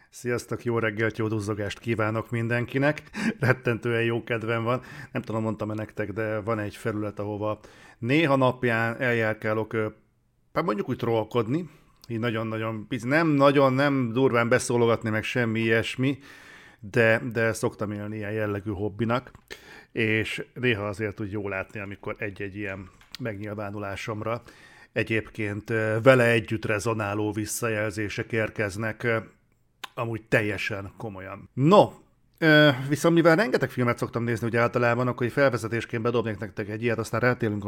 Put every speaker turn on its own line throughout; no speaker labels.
Sziasztok, jó reggelt, jó duzzogást kívánok mindenkinek. Rettentően jó kedvem van. Nem tudom, mondtam-e nektek, de van egy felület, ahova néha napján eljárkálok, hát mondjuk úgy trollkodni, így nagyon-nagyon pici, nem durván beszólogatni, meg semmi ilyesmi, de szoktam élni ilyen jellegű hobbinak, és néha azért úgy jó látni, amikor egy-egy ilyen megnyilvánulásomra egyébként vele együtt rezonáló visszajelzések érkeznek, amúgy teljesen komolyan. No, viszont mivel rengeteg filmet szoktam nézni ugye általában, akkor egy felvezetésként bedobnék nektek egy ilyet, aztán rátérünk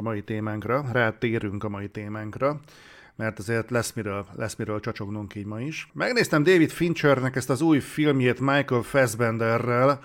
a mai témánkra, mert azért lesz miről csacsognunk így ma is. Megnéztem David Finchernek ezt az új filmjét Michael Fassbenderrel,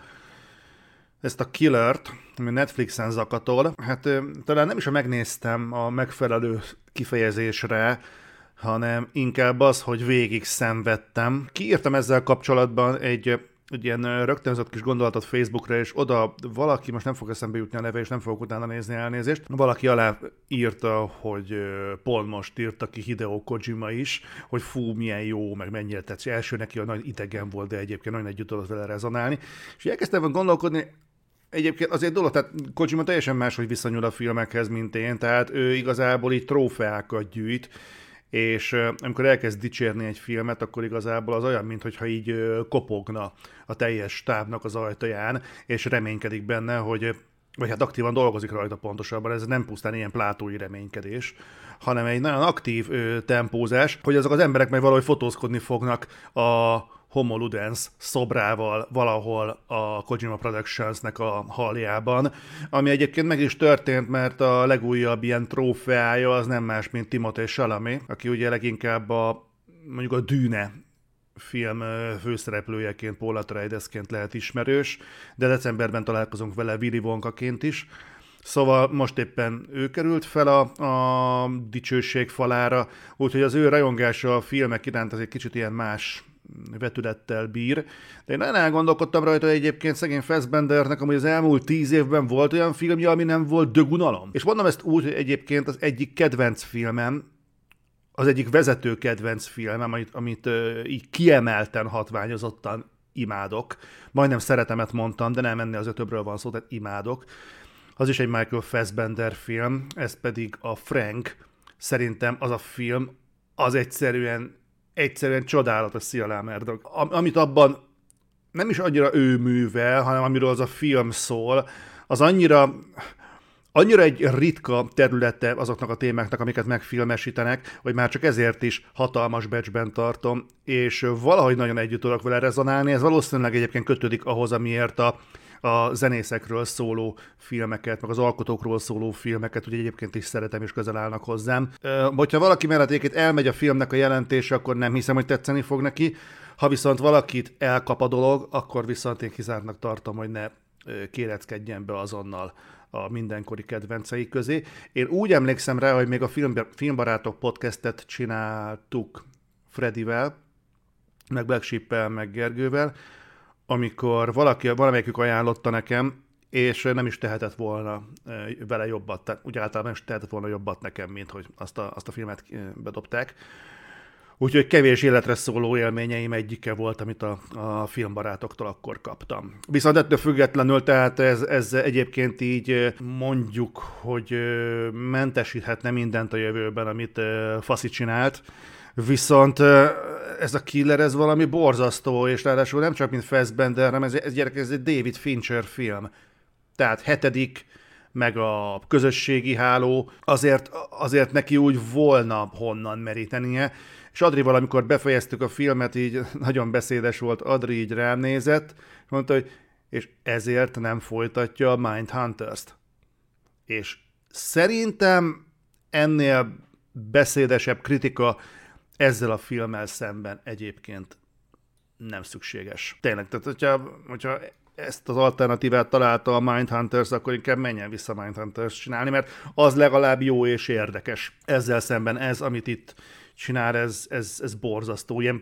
ezt a Killert, ami Netflixen zakatol. Hát talán nem is megnéztem a megfelelő kifejezésre, hanem inkább az, hogy végig szenvedtem. Kiírtam ezzel kapcsolatban egy ilyen rögtönzött kis gondolatot Facebookra, és oda valaki, most nem fog eszembe jutni a neve, és nem fogok utána nézni, elnézést, valaki alá írta, hogy pont most írta ki Hideo Kojima is, hogy fú, milyen jó, meg mennyire tetszik. Első neki a nagy idegen volt, de egyébként nagyon együtt tudott vele rezonálni. És elkezdtem gondolkodni, egyébként azért dolog, tehát Kojima teljesen máshogy viszonyul a filmekhez, mint én, tehát ő igazából így trófeákat gyűjt, és amikor elkezd dicsérni egy filmet, akkor igazából az olyan, mintha így kopogna a teljes stábnak az ajtaján, és reménykedik benne, vagy hát aktívan dolgozik rajta pontosabban, ez nem pusztán ilyen plátói reménykedés, hanem egy nagyon aktív tempózás, hogy azok az emberek meg valahogy fotózkodni fognak a Homo Ludens szobrával valahol a Kojima Productionsnek a haljában, ami egyébként meg is történt, mert a legújabb ilyen trófeája az nem más, mint Timothée Chalamet, aki ugye leginkább mondjuk a Dűne film főszereplőjeként, Paul Atreidesként lehet ismerős, de decemberben találkozunk vele Willy Wonkaként is. Szóval most éppen ő került fel a dicsőség falára, úgyhogy az ő rajongása a filmek iránt az egy kicsit ilyen más vetülettel bír. De én nagyon elgondolkodtam rajta, hogy egyébként szegény Fassbendernek amúgy az elmúlt 10 évben volt olyan filmje, ami nem volt dögunalom. És mondom ezt úgy, hogy egyébként az egyik kedvenc filmem, az egyik vezető kedvenc filmem, amit így kiemelten, hatványozottan imádok. Majdnem szeretemet mondtam, de nem, ennél az ötöbről van szó, tehát imádok. Az is egy Michael Fassbender film, ez pedig a Frank. Szerintem az a film, az egyszerűen csodálatos Szia Murdoch. Amit abban nem is annyira ő művel, hanem amiről az a film szól, az annyira egy ritka területe azoknak a témáknak, amiket megfilmesítenek, hogy már csak ezért is hatalmas becsben tartom, és valahogy nagyon együtt tudok vele rezonálni. Ez valószínűleg egyébként kötődik ahhoz, amiért a zenészekről szóló filmeket, meg az alkotókról szóló filmeket, ugye egyébként is szeretem és közel állnak hozzám. Hogyha valaki mellettékét elmegy a filmnek a jelentése, akkor nem hiszem, hogy tetszeni fog neki. Ha viszont valakit elkap a dolog, akkor viszont én kizártnak tartom, hogy ne kéreckedjen be azonnal a mindenkori kedvencei közé. Én úgy emlékszem rá, hogy még a Filmbarátok podcastet csináltuk Fredivel, meg Black Sheep-el, meg Gergővel, amikor valamelyikük ajánlotta nekem, és nem is tehetett volna vele jobbat, tehát úgy általában nem is tehetett volna jobbat nekem, mint hogy azt a filmet bedobták. Úgyhogy kevés életre szóló élményeim egyike volt, amit a filmbarátoktól akkor kaptam. Viszont ettől függetlenül, tehát ez egyébként így mondjuk, hogy mentesíthetne mindent a jövőben, amit Faszi csinált, viszont ez a Killer, ez valami borzasztó, és ráadásul nem csak mint Fassbender, hanem ez egy David Fincher film. Tehát 7., meg a közösségi háló, azért neki úgy volna honnan merítenie. És Adrival, amikor befejeztük a filmet, így nagyon beszédes volt, Adri így rám nézett, és mondta, hogy és ezért nem folytatja a Mindhunters-t. És szerintem ennél beszédesebb kritika ezzel a filmmel szemben egyébként nem szükséges. Tényleg, tehát hogyha ezt az alternatívát találta a Mindhunters, akkor inkább menjen vissza Mindhunters csinálni, mert az legalább jó és érdekes. Ezzel szemben ez, amit itt csinál, ez borzasztó, ilyen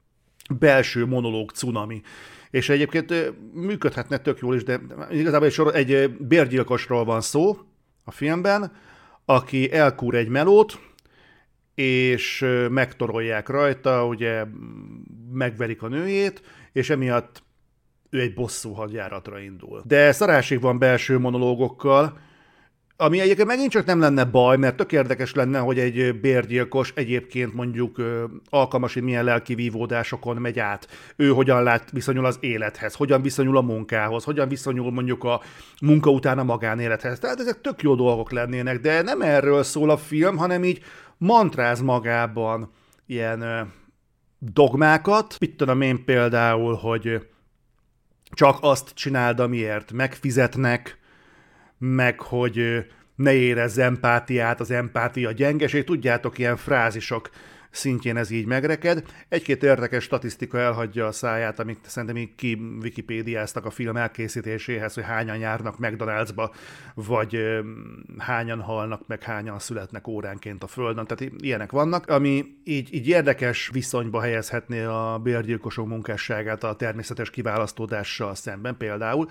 belső monológ cunami. És egyébként működhetne tök jól is, de igazából egy bérgyilkosról van szó a filmben, aki elkúr egy melót, és megtorolják rajta, ugye megverik a nőjét, és emiatt ő egy bosszú hadjáratra indul. De szarásig van belső monológokkal, ami egyébként megint csak nem lenne baj, mert tök érdekes lenne, hogy egy bérgyilkos egyébként mondjuk alkalmas, hogy milyen lelki vívódásokon megy át. Ő hogyan viszonyul az élethez, hogyan viszonyul a munkához, hogyan viszonyul mondjuk a munka után a magánélethez. Tehát ezek tök jó dolgok lennének, de nem erről szól a film, hanem így mantráz magában ilyen dogmákat. Mit tudom én például, hogy csak azt csináld, amiért megfizetnek, meg hogy ne érezz empátiát, az empátia gyengeség, tudjátok, ilyen frázisok szintjén ez így megreked. Egy-két érdekes statisztika elhagyja a száját, amit szerintem így Wikipédiáztak a film elkészítéséhez, hogy hányan járnak McDonald'sba, vagy hányan halnak, meg hányan születnek óránként a Földön. Tehát ilyenek vannak, ami így érdekes viszonyba helyezhetné a bérgyilkosok munkásságát a természetes kiválasztódással szemben például.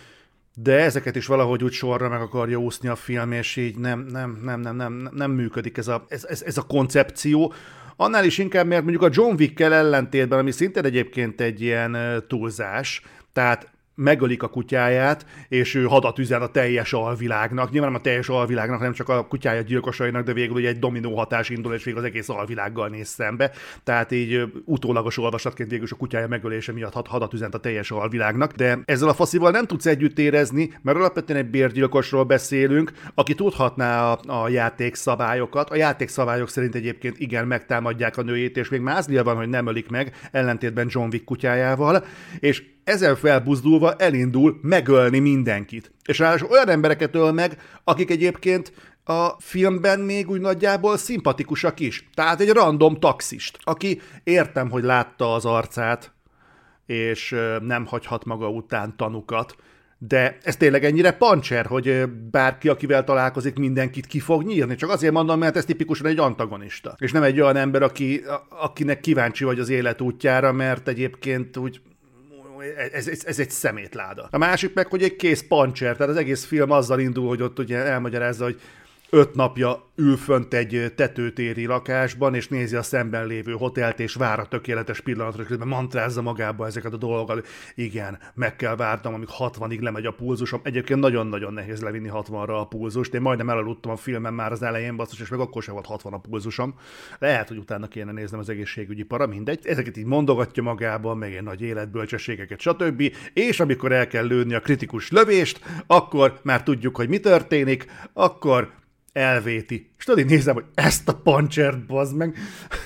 De ezeket is valahogy úgy sorra meg akarja úszni a film, és így nem működik ez a koncepció. Annál is inkább, mert mondjuk a John Wick-kel ellentétben, ami szintén egyébként egy ilyen túlzás, tehát megölik a kutyáját, és ő hadat üzen a teljes alvilágnak. Nyilván nem a teljes alvilágnak, nem csak a kutyája gyilkosainak, de végül ugye egy dominó hatás indul, és végül az egész alvilággal néz szembe. Tehát így utólagos olvasatként végül a kutyája megölése miatt hadat üzent a teljes alvilágnak. De ezzel a faszival nem tudsz együtt érezni, mert alapvetően egy bérgyilkosról beszélünk, aki tudhatná a játékszabályokat. A játékszabályok szerint egyébként igen, megtámadják a nőjét, és még mázlia van, hogy nem ölik meg, ellentétben John Wick kutyájával, és ezen felbuzdulva elindul megölni mindenkit. És ráadásul olyan embereket öl meg, akik egyébként a filmben még úgy nagyjából szimpatikusak is. Tehát egy random taxist, aki értem, hogy látta az arcát, és nem hagyhat maga után tanukat, de ez tényleg ennyire pancser, hogy bárki, akivel találkozik, mindenkit ki fog nyírni. Csak azért mondom, mert ez tipikusan egy antagonista. És nem egy olyan ember, akinek kíváncsi vagy az élet útjára, mert egyébként úgy ez egy szemétláda. A másik meg, hogy egy kész pancser, tehát az egész film azzal indul, hogy ott ugye elmagyarázza, hogy 5 napja ül fönt egy tetőtéri lakásban, és nézi a szemben lévő hotelt, és vár a tökéletes pillanatra, és mantrázza magába ezeket a dolgokat. Igen, meg kell várnom, amíg 60-ig lemegy a pulzusom. Egyébként nagyon-nagyon nehéz levinni 60-ra a pulzust. Én majdnem elaludtam a filmen már az elején, basszus, és meg akkor sem volt 60 a pulzusom. Lehet, hogy utána kéne néznem az egészségügyi para, mindegy. Ezeket így mondogatja magában, meg egy nagy életbölcsességeket, stb. És amikor el kell lőni a kritikus lövést, akkor már tudjuk, hogy mi történik, akkor elvéti. És tudod, én nézem, hogy ezt a pancsert, bazd meg.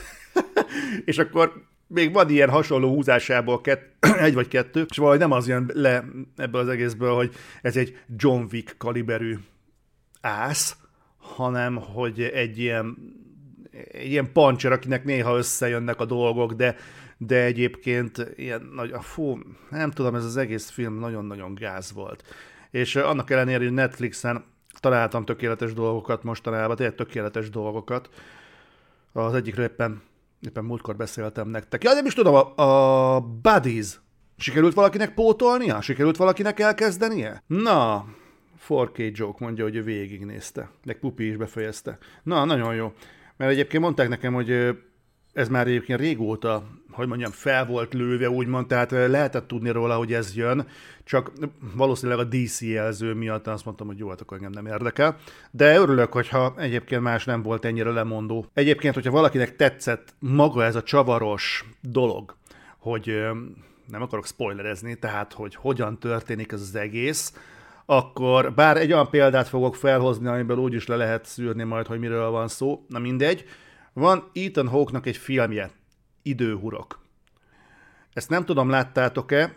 És akkor még van ilyen hasonló húzásából egy vagy kettő, és valahogy nem az jön le ebből az egészből, hogy ez egy John Wick kaliberű ász, hanem hogy egy ilyen pancser, akinek néha összejönnek a dolgok, de egyébként ilyen nagy, nem tudom, ez az egész film nagyon-nagyon gáz volt. És annak ellenére, hogy Netflixen találtam tökéletes dolgokat mostanában, tényleg tökéletes dolgokat. Az egyikről éppen múltkor beszéltem nektek. Ja, nem is tudom, a Buddies. Sikerült valakinek pótolnia? Sikerült valakinek elkezdenie? Na, 4K Joke mondja, hogy ő végignézte. Meg Pupi is befejezte. Na, nagyon jó. Mert egyébként mondták nekem, hogy ez már egyébként régóta, hogy mondjam, fel volt lőve, úgymond, tehát lehetett tudni róla, hogy ez jön, csak valószínűleg a DC jelző miatt azt mondtam, hogy jó, hát akkor engem nem érdekel. De örülök, hogyha egyébként más nem volt ennyire lemondó. Egyébként, hogyha valakinek tetszett maga ez a csavaros dolog, hogy nem akarok spoilerezni, tehát, hogy hogyan történik ez az egész, akkor bár egy olyan példát fogok felhozni, amiből úgyis le lehet szűrni majd, hogy miről van szó, na mindegy. Van Ethan Hawke-nak egy filmje, Időhurok. Ezt nem tudom, láttátok-e,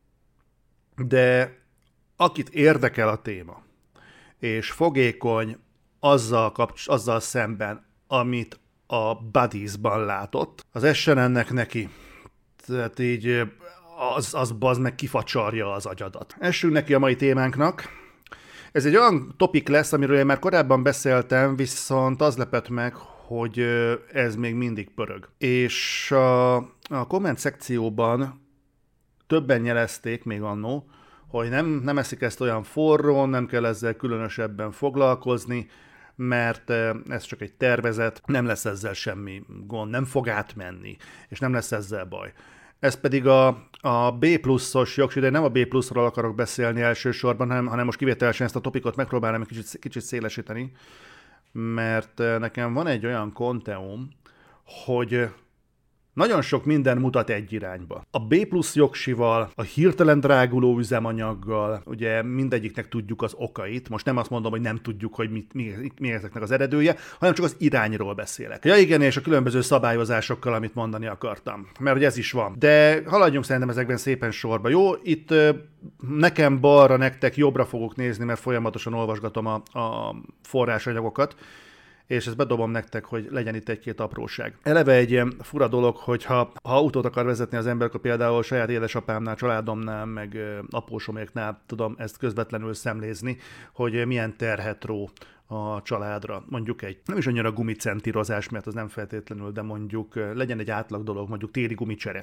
de akit érdekel a téma, és fogékony azzal szemben, amit a Buddies-ban látott, az essen ennek neki. Tehát így az bazd meg kifacsarja az agyadat. Essünk neki a mai témánknak. Ez egy olyan topik lesz, amiről én már korábban beszéltem, viszont az lepett meg, hogy ez még mindig pörög. És a komment szekcióban többen jelezték még annó, hogy nem eszik ezt olyan forrón, nem kell ezzel különösebben foglalkozni, mert ez csak egy tervezet, nem lesz ezzel semmi gond, nem fog átmenni, és nem lesz ezzel baj. Ez pedig a B pluszos jogsi, de nem a B pluszról akarok beszélni elsősorban, hanem most kivételesen ezt a topikot megpróbálom egy kicsit szélesíteni, mert nekem van egy olyan konteóm, hogy nagyon sok minden mutat egy irányba. A B plusz jogsival, a hirtelen dráguló üzemanyaggal, ugye mindegyiknek tudjuk az okait, most nem azt mondom, hogy nem tudjuk, hogy mi ezeknek az eredője, hanem csak az irányról beszélek. Ja igen, és a különböző szabályozásokkal, amit mondani akartam, mert hogy ez is van. De haladjunk szerintem ezekben szépen sorba. Jó, itt nekem balra, nektek jobbra fogok nézni, mert folyamatosan olvasgatom a forrásanyagokat, és ezt bedobom nektek, hogy legyen itt egy-két apróság. Eleve egy ilyen fura dolog, hogy ha autót akar vezetni az ember, akkor például saját édesapámnál, családomnál, meg apósoméknál tudom ezt közvetlenül szemlézni, hogy milyen terhet ró a családra. Mondjuk nem is annyira gumicentírozás, mert az nem feltétlenül, de mondjuk legyen egy átlag dolog, mondjuk téli gumicsere.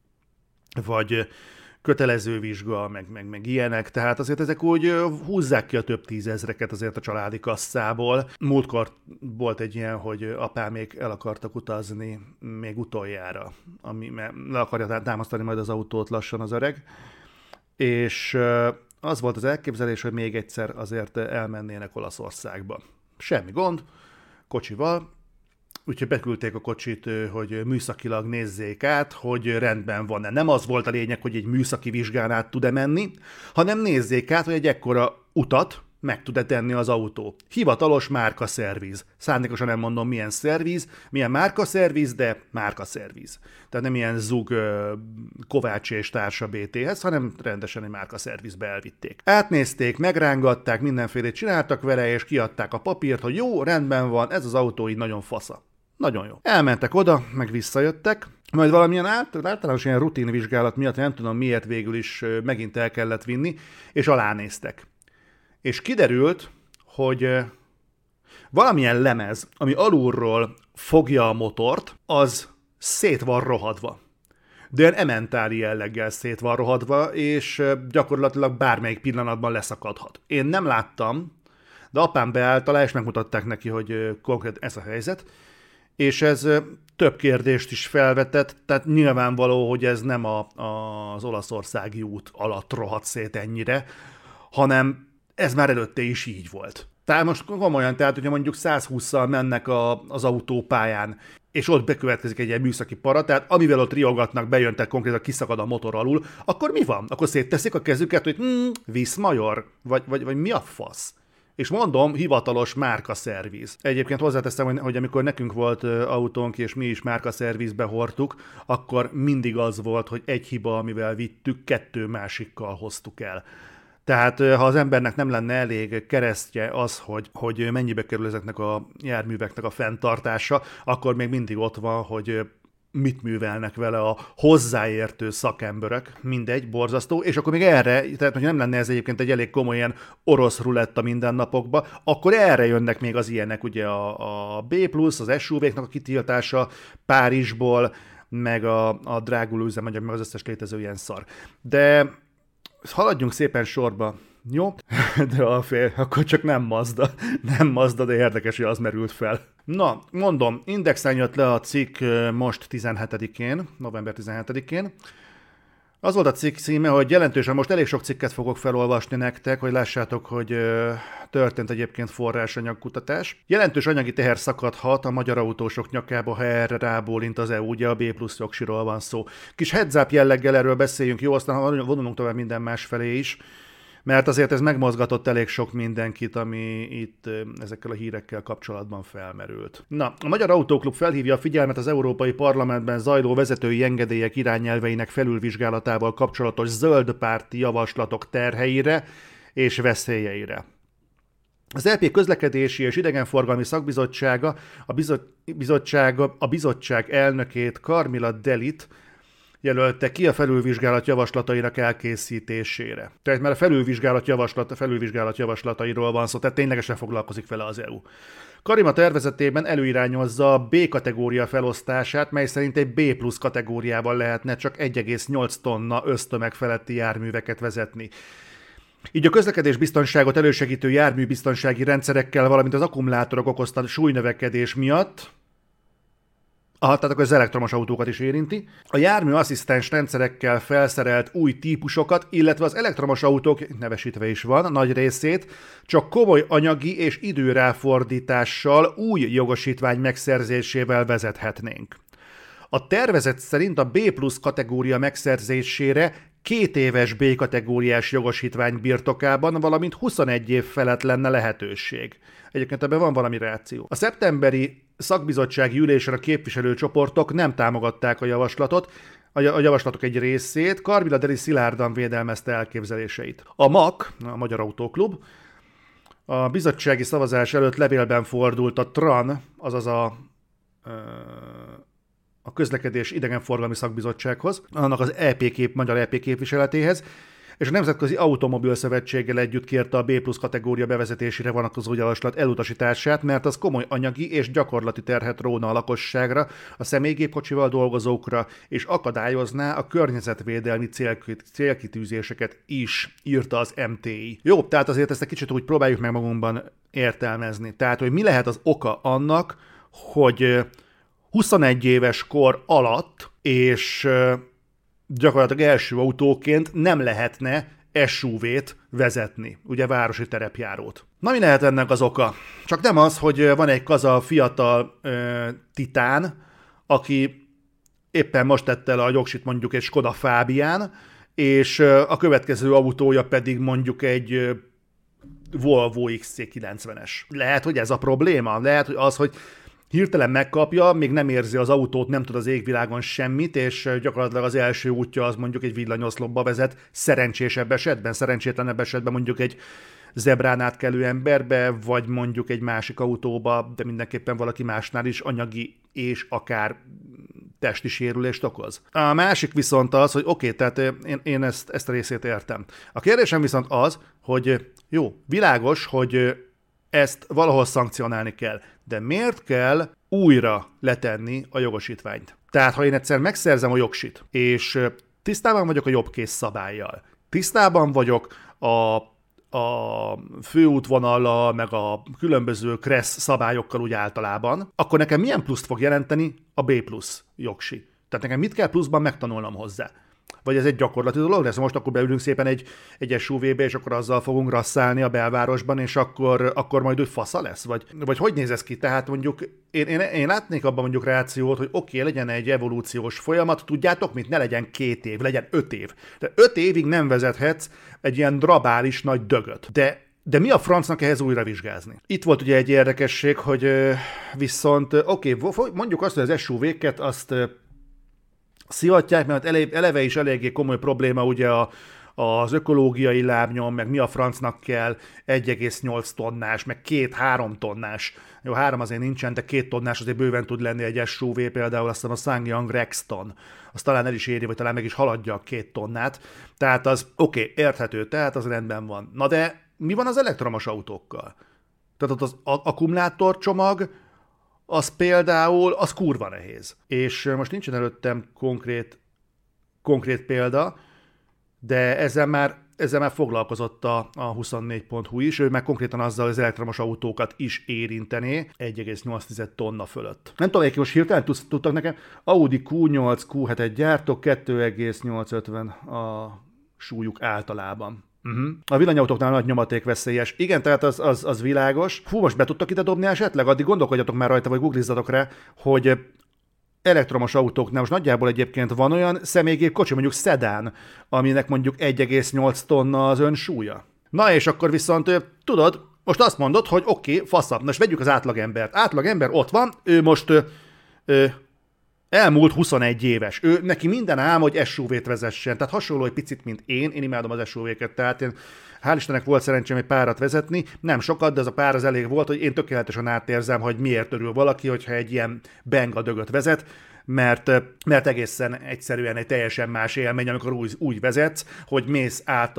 Vagy kötelező vizsga, meg ilyenek, tehát azért ezek úgy húzzák ki a több tízezreket azért a családi kasszából. Múltkor volt egy ilyen, hogy apámék el akartak utazni még utoljára, mert le akarja támasztani majd az autót lassan az öreg, és az volt az elképzelés, hogy még egyszer azért elmennének Olaszországba. Semmi gond, kocsival, úgyhogy beküldték a kocsit, hogy műszakilag nézzék át, hogy rendben van-e. Nem az volt a lényeg, hogy egy műszaki vizsgán át tud-e menni, hanem nézzék át, hogy egy ekkora utat meg tud-e tenni az autó. Hivatalos márkaszerviz. Szándékosan nem mondom, milyen szerviz, milyen márkaszerviz, de márkaszerviz. Tehát nem ilyen Zug, Kovács és társa BT-hez, hanem rendesen egy márkaszervizbe elvitték. Átnézték, megrángatták, mindenfélét csináltak vele, és kiadták a papírt, hogy jó, rendben van, ez az autó így nagyon fasza. Nagyon jó. Elmentek oda, meg visszajöttek, majd valamilyen általános ilyen rutinvizsgálat miatt, nem tudom miért végül is megint el kellett vinni, és alánéztek. És kiderült, hogy valamilyen lemez, ami alulról fogja a motort, az szét van rohadva. De olyan ementári jelleggel szét van rohadva, és gyakorlatilag bármelyik pillanatban leszakadhat. Én nem láttam, de apám beállt alá, és megmutatták neki, hogy konkrét ez a helyzet, és ez több kérdést is felvetett, tehát nyilvánvaló, hogy ez nem az olaszországi út alatt rohadt szét ennyire, hanem ez már előtte is így volt. Tehát most komolyan, tehát hogyha mondjuk 120-szal mennek az autópályán, és ott bekövetkezik egy ilyen műszaki para, tehát amivel ott riogatnak, bejön, tehát konkrétan kiszakad a motor alul, akkor mi van? Akkor szétteszik a kezüket, hogy Viszmajor? Vagy mi a fasz? És mondom, hivatalos márkaszerviz. Egyébként hozzáteszem, hogy amikor nekünk volt autónk, és mi is márkaszervizbe hordtuk, akkor mindig az volt, hogy egy hiba, amivel vittük, 2 másikkal hoztuk el. Tehát ha az embernek nem lenne elég keresztje az, hogy mennyibe kerül ezeknek a járműveknek a fenntartása, akkor még mindig ott van, hogy mit művelnek vele a hozzáértő szakemberek, mindegy, borzasztó, és akkor még erre, tehát hogyha nem lenne ez egyébként egy elég komoly ilyen orosz ruletta mindennapokban, akkor erre jönnek még az ilyenek, ugye a B+, az SUV-knak a kitiltása Párizsból, meg a dráguló üzemanyag, meg az összes létező ilyen szar. De haladjunk szépen sorba, jó? De akkor csak nem Mazda, de érdekes, hogy az merült fel. Na, mondom, Indexen jött le a cikk most 17-én, november 17-én. Az volt a cikk címe, hogy jelentősen, most elég sok cikket fogok felolvasni nektek, hogy lássátok, hogy történt egyébként forrásanyagkutatás. Jelentős anyagi teher szakadhat a magyar autósok nyakába, ha erre rábólint az EU, ugye a B plusz jogsiról van szó. Kis heads up jelleggel erről beszéljünk, jó, aztán vonulunk tovább minden más felé is, mert azért ez megmozgatott elég sok mindenkit, ami itt ezekkel a hírekkel kapcsolatban felmerült. Na, a Magyar Autóklub felhívja a figyelmet az Európai Parlamentben zajló vezetői engedélyek irányelveinek felülvizsgálatával kapcsolatos zöldpárti javaslatok terheire és veszélyeire. Az EP közlekedési és idegenforgalmi szakbizottsága a bizottság elnökét, Karmila Delit jelölte ki a felülvizsgálat javaslatainak elkészítésére. Tehát már a felülvizsgálat javaslatairól van szó, tehát ténylegesen foglalkozik vele az EU. Karima tervezetében előirányozza a B kategória felosztását, mely szerint egy B plusz kategóriában lehetne csak 1,8 tonna ösztömeg feletti járműveket vezetni. Így a közlekedés biztonságot elősegítő járműbiztonsági rendszerekkel, valamint az akkumulátorok okozta súlynövekedés miatt, tehát akkor az elektromos autókat is érinti. A jármű asszisztens rendszerekkel felszerelt új típusokat, illetve az elektromos autók, nevesítve is van, nagy részét, csak komoly anyagi és időráfordítással új jogosítvány megszerzésével vezethetnénk. A tervezet szerint a B+ kategória megszerzésére 2 éves B kategóriás jogosítvány birtokában, valamint 21 év felett lenne lehetőség. Egyébként ebben van valami ráció. A szeptemberi szakbizottsági ülésen a képviselőcsoportok nem támogatták a javaslatot, a javaslatok egy részét, Karmila Deli szilárdan védelmezte elképzeléseit. A MAK, a Magyar Autóklub, a bizottsági szavazás előtt levélben fordult a TRAN, azaz a közlekedés idegenforgalmi szakbizottsághoz, annak az magyar EP képviseletéhez, és a Nemzetközi Automobil Szövetséggel együtt kérte a B+ kategória bevezetésére vonatkozó javaslat elutasítását, mert az komoly anyagi és gyakorlati terhet róna a lakosságra, a személygépkocsival dolgozókra, és akadályozná a környezetvédelmi célkitűzéseket is, írta az MTI. Jó, tehát azért ezt egy kicsit úgy próbáljuk meg magunkban értelmezni. Tehát, hogy mi lehet az oka annak, hogy 21 éves kor alatt, és gyakorlatilag első autóként nem lehetne SUV-t vezetni, ugye városi terepjárót. Na, mi lehet ennek az oka? Csak nem az, hogy van egy kaza fiatal titán, aki éppen most tette le a jogsit mondjuk egy Skoda Fábián, és a következő autója pedig mondjuk egy Volvo XC90-es. Lehet, hogy ez a probléma? Lehet, hogy az, hogy hirtelen megkapja, még nem érzi az autót, nem tud az égvilágon semmit, és gyakorlatilag az első útja az mondjuk egy villanyoszlopba vezet, szerencsésebb esetben, szerencsétlenebb esetben mondjuk egy zebrán átkelő emberbe, vagy mondjuk egy másik autóba, de mindenképpen valaki másnál is anyagi és akár testi sérülést okoz. A másik viszont az, hogy oké, tehát én ezt a részét értem. A kérdésem viszont az, hogy jó, világos, hogy ezt valahol szankcionálni kell, de miért kell újra letenni a jogosítványt? Tehát, ha én egyszer megszerzem a jogsit, és tisztában vagyok a jobbkész szabállyal, tisztában vagyok a főútvonallal, meg a különböző kressz szabályokkal úgy általában, akkor nekem milyen pluszt fog jelenteni a B+ jogsi? Tehát nekem mit kell pluszban megtanulnom hozzá? Vagy ez egy gyakorlati dolog lesz? Most akkor beülünk szépen egy SUV-be, és akkor azzal fogunk rasszálni a belvárosban, és akkor majd úgy fasza lesz? Vagy hogy néz ez ki? Tehát mondjuk én látnék abban mondjuk rációt, hogy oké, legyen egy evolúciós folyamat, tudjátok mit? Ne legyen 2 év, legyen 5 év. De 5 évig nem vezethetsz egy ilyen drabális nagy dögöt. De mi a francnak ehhez újra vizsgázni? Itt volt ugye egy érdekesség, hogy viszont oké, mondjuk azt, hogy az SUV-ket azt szivatják, mert eleve is eléggé komoly probléma ugye az ökológiai lábnyom, meg mi a francnak kell 1,8 tonnás, meg 2-3 tonnás. Jó, 3 azért nincsen, de 2 tonnás azért bőven tud lenni egy SUV, például azt hiszem a SsangYong Rexton. Az talán el is éri, vagy talán meg is haladja a 2 tonnát. Tehát az oké, érthető, tehát az rendben van. Na de mi van az elektromos autókkal? Tehát ott az akkumulátorcsomag, az például, az kurva nehéz. És most nincsen előttem konkrét példa, de ezzel már foglalkozott a 24.hu is, ő meg konkrétan azzal az elektromos autókat is érintené 1,8 tonna fölött. Nem tudom, hogy most hirtelen tudtak nekem, Audi Q8, Q7-et gyártok, 2,850 a súlyuk általában. A villanyautóknál nagy nyomaték veszélyes. Igen, tehát az világos. Fú, most be tudtok ide dobni esetleg? Addig gondolkodjatok már rajta, vagy googlizzatok rá, hogy elektromos autóknál most nagyjából egyébként van olyan személygépkocsi, mondjuk szedán, aminek mondjuk 1,8 tonna az önsúlya. Na és akkor viszont tudod, most azt mondod, hogy oké, faszabb. Most vegyük az átlagembert. Átlagember ott van, ő most elmúlt 21 éves. Neki minden ám, hogy SUV-t vezessen. Tehát hasonló egy picit, mint én imádom az SUV-ket. Tehát én, hál' Istennek volt szerencsém egy párat vezetni, nem sokat, de az a pár az elég volt, hogy én tökéletesen átérzem, hogy miért örül valaki, hogyha egy ilyen benga dögöt vezet, mert egészen egyszerűen egy teljesen más élmény, amikor úgy vezetsz, hogy mész át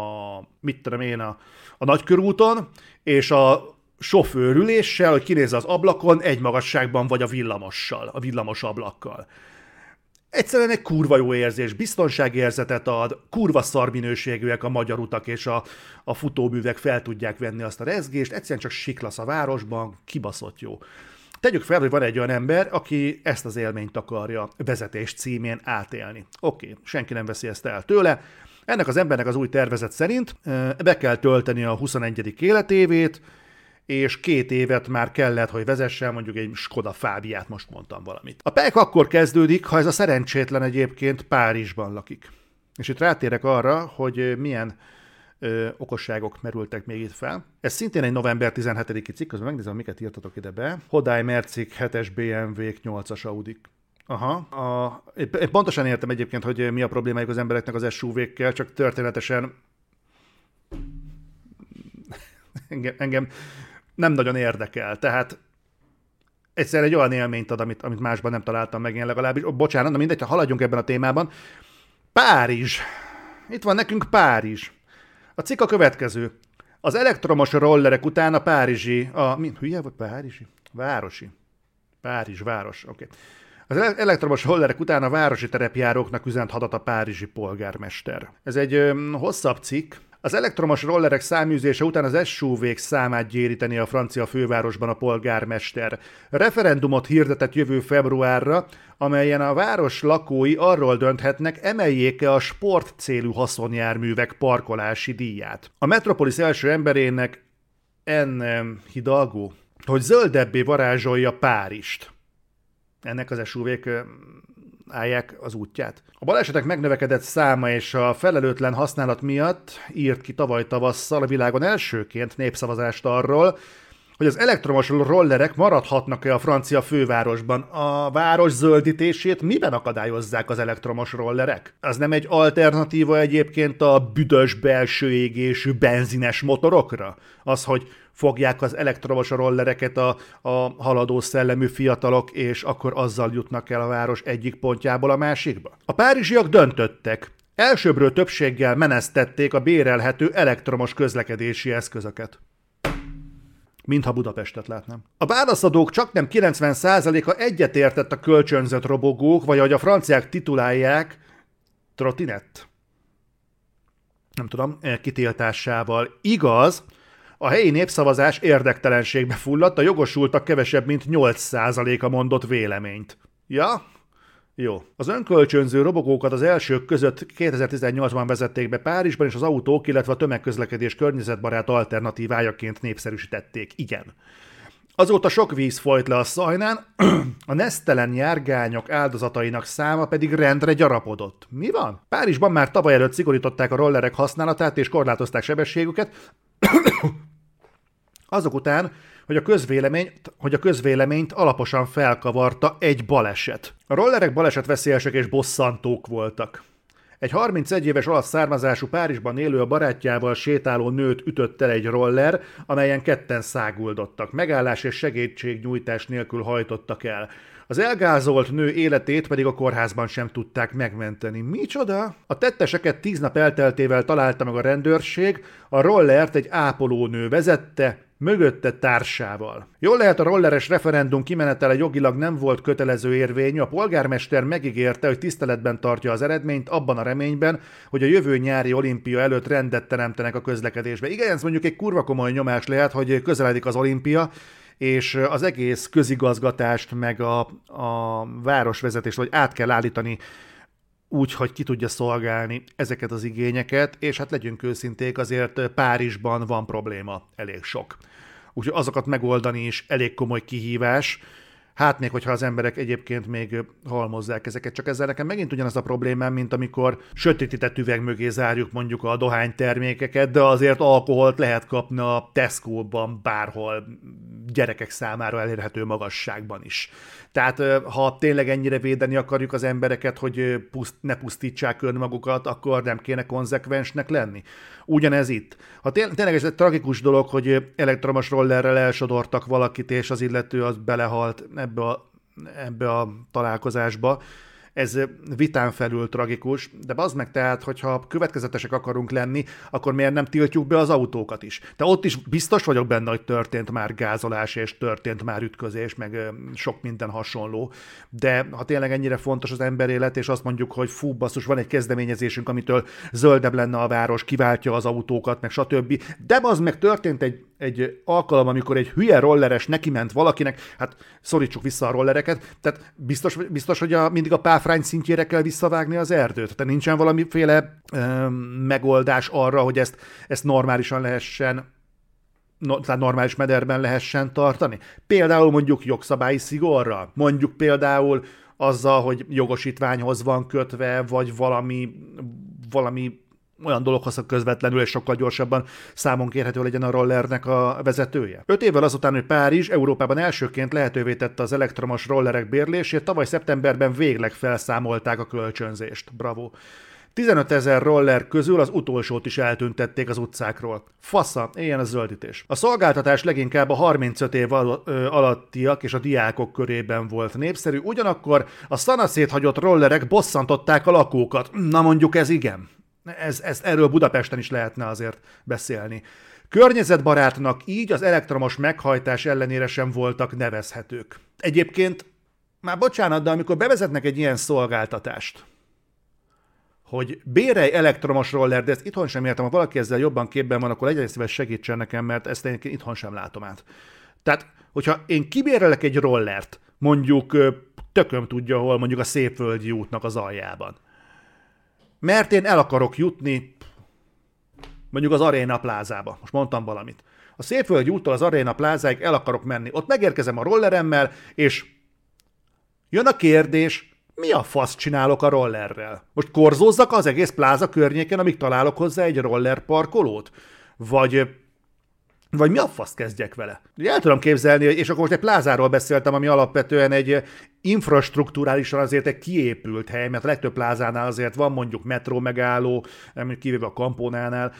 a nagykörúton, és a sofőrüléssel, hogy kinézze az ablakon, egy magasságban vagy a villamos ablakkal. Egyszerűen egy kurva jó érzés, biztonságérzetet ad, kurva szarminőségűek a magyar utak, és a futóművek fel tudják venni azt a rezgést, egyszerűen csak siklasz a városban, kibaszott jó. Tegyük fel, hogy van egy olyan ember, aki ezt az élményt akarja vezetés címén átélni. Oké, senki nem veszi ezt el tőle. Ennek az embernek az új tervezet szerint be kell tölteni a 21. életévét, és 2 évet már kellett, hogy vezessen, mondjuk egy Skoda Fábiát, most mondtam valamit. A PEC akkor kezdődik, ha ez a szerencsétlen egyébként Párizsban lakik. És itt rátérek arra, hogy milyen okosságok merültek még itt fel. Ez szintén egy november 17-i cikk, közben megnézem, miket írtatok ide be. Hodai Mercik, 7-es BMW-k, 8-as Audik. Aha. Én pontosan értem egyébként, hogy mi a problémájuk az embereknek az SUV-kkel, csak történetesen engem nem nagyon érdekel. Tehát egyszerűen egy olyan élményt ad, amit másban nem találtam meg én legalábbis. Bocsánat, de mindegy, ha haladjunk ebben a témában. Párizs. Itt van nekünk Párizs. A cikk a következő. Az elektromos rollerek után a párizsi... Hülye vagy párizsi? Városi. Párizs, város, oké. Az elektromos rollerek után a városi terepjáróknak üzent hadat a párizsi polgármester. Ez egy hosszabb cikk. Az elektromos rollerek száműzése után az SUV-k számát gyéríteni a francia fővárosban a polgármester. Referendumot hirdetett jövő februárra, amelyen a város lakói arról dönthetnek, emeljék-e a sportcélú haszonjárművek parkolási díját. A Metropolis első emberének Hidalgo, hogy zöldebbé varázsolja Párizst. Ennek az SUV-k állják az útját. A balesetek megnövekedett száma és a felelőtlen használat miatt írt ki tavaly tavasszal a világon elsőként népszavazást arról, hogy az elektromos rollerek maradhatnak-e a francia fővárosban. A város zöldítését miben akadályozzák az elektromos rollerek? Az nem egy alternatíva egyébként a büdös belső égésű benzines motorokra? Az, hogy fogják az elektromos rollereket a haladó szellemű fiatalok, és akkor azzal jutnak el a város egyik pontjából a másikba? A párizsiak döntöttek. Elsőbről többséggel menesztették a bérelhető elektromos közlekedési eszközöket. Mintha Budapestet látnám. A válaszadók csaknem 90%-a egyetértett a kölcsönzött robogók, vagy ahogy a franciák titulálják, trottinett. Nem tudom, kitiltásával. Igaz, a helyi népszavazás érdektelenségbe fulladt, a jogosultak kevesebb, mint 8%-a mondott véleményt. Ja? Jó. Az önkölcsönző robogókat az elsők között 2018-ban vezették be Párizsban, és az autók, illetve a tömegközlekedés környezetbarát alternatívájaként népszerűsítették. Igen. Azóta sok víz folyt le a Szajnán, a nesztelen járgányok áldozatainak száma pedig rendre gyarapodott. Mi van? Párizsban már tavaly előtt szigorították a rollerek használatát és korlátozták sebességüket, azok után, hogy a közvéleményt alaposan felkavarta egy baleset. A rollerek balesetveszélyesek és bosszantók voltak. Egy 31 éves olasz származású Párizsban élő a barátjával sétáló nőt ütött el egy roller, amelyen ketten száguldottak. Megállás és segítségnyújtás nélkül hajtottak el. Az elgázolt nő életét pedig a kórházban sem tudták megmenteni. Micsoda? A tetteseket 10 nap elteltével találta meg a rendőrség, a rollert egy ápolónő vezette, mögötte társával. Jól lehet, a rolleres referendum kimenetele jogilag nem volt kötelező érvényű, a polgármester megígérte, hogy tiszteletben tartja az eredményt abban a reményben, hogy a jövő nyári olimpia előtt rendet teremtenek a közlekedésbe. Igen, ez mondjuk egy kurva komoly nyomás lehet, hogy közeledik az olimpia, és az egész közigazgatást, meg a városvezetést, vagy át kell állítani úgy, hogy ki tudja szolgálni ezeket az igényeket, és hát legyünk őszinték, azért Párizsban van probléma, elég sok. Úgyhogy azokat megoldani is elég komoly kihívás. Hát még, hogyha az emberek egyébként még halmozzák ezeket, csak ezzel nekem megint ugyanaz a problémám, mint amikor sötétített üveg mögé zárjuk mondjuk a dohánytermékeket, de azért alkoholt lehet kapni a Tesco-ban bárhol gyerekek számára elérhető magasságban is. Tehát ha tényleg ennyire védeni akarjuk az embereket, hogy ne pusztítsák önmagukat, akkor nem kéne konzekvensnek lenni. Ugyanez itt. Ha tényleg ez egy tragikus dolog, hogy elektromos rollerrel elsodortak valakit, és az illető az belehalt ebbe a találkozásba, ez vitán felül tragikus, de bazd meg, tehát, hogyha következetesek akarunk lenni, akkor miért nem tiltjuk be az autókat is? De ott is biztos vagyok benne, hogy történt már gázolás, és történt már ütközés, meg sok minden hasonló, de ha tényleg ennyire fontos az emberélet, és azt mondjuk, hogy fú, basszus, van egy kezdeményezésünk, amitől zöldebb lenne a város, kiváltja az autókat, meg stb. De bazd meg, történt egy alkalom, amikor egy hülye rolleres neki ment valakinek, hát szorítsuk vissza a rollereket, tehát biztos hogy mindig a páfrány szintjére kell visszavágni az erdőt. Tehát nincsen valamiféle megoldás arra, hogy ezt normálisan lehessen, tehát normális mederben lehessen tartani. Például mondjuk jogszabályi szigorral, mondjuk például azzal, hogy jogosítványhoz van kötve, vagy valami olyan dologhoz közvetlenül és sokkal gyorsabban számon kérhető legyen a rollernek a vezetője. 5 évvel azután, hogy Párizs Európában elsőként lehetővé tette az elektromos rollerek bérlését, tavaly szeptemberben végleg felszámolták a kölcsönzést. Bravo! 15 000 roller közül az utolsót is eltüntették az utcákról. Fasza, éljen a zöldítés. A szolgáltatás leginkább a 35 év alattiak és a diákok körében volt népszerű, ugyanakkor a szanaszéthagyott rollerek bosszantották a lakókat. Na mondjuk ez igen. Erről Budapesten is lehetne azért beszélni. Környezetbarátnak így az elektromos meghajtás ellenére sem voltak nevezhetők. Egyébként, már bocsánat, de amikor bevezetnek egy ilyen szolgáltatást, hogy bérelj elektromos roller, de ezt itthon sem értem, ha valaki ezzel jobban képben van, akkor legyen szíves segítsen nekem, mert ezt én itthon sem látom át. Tehát, hogyha én kibérelek egy rollert, mondjuk tököm tudja hol, mondjuk a Szépvölgyi útnak az aljában, mert én el akarok jutni mondjuk az Arena plázába. Most mondtam valamit. A Szépvölgyi úttól az Arena plázáig el akarok menni. Ott megérkezem a rolleremmel, és jön a kérdés, mi a fasz csinálok a rollerrel? Most korzózzak az egész pláza környéken, amíg találok hozzá egy roller parkolót? Vagy mi a fasz kezdjek vele? El tudom képzelni, és akkor most egy plázáról beszéltem, ami alapvetően egy infrastrukturálisan azért egy kiépült hely, mert a legtöbb plázánál azért van mondjuk metró megálló, kivéve a Kampónánál,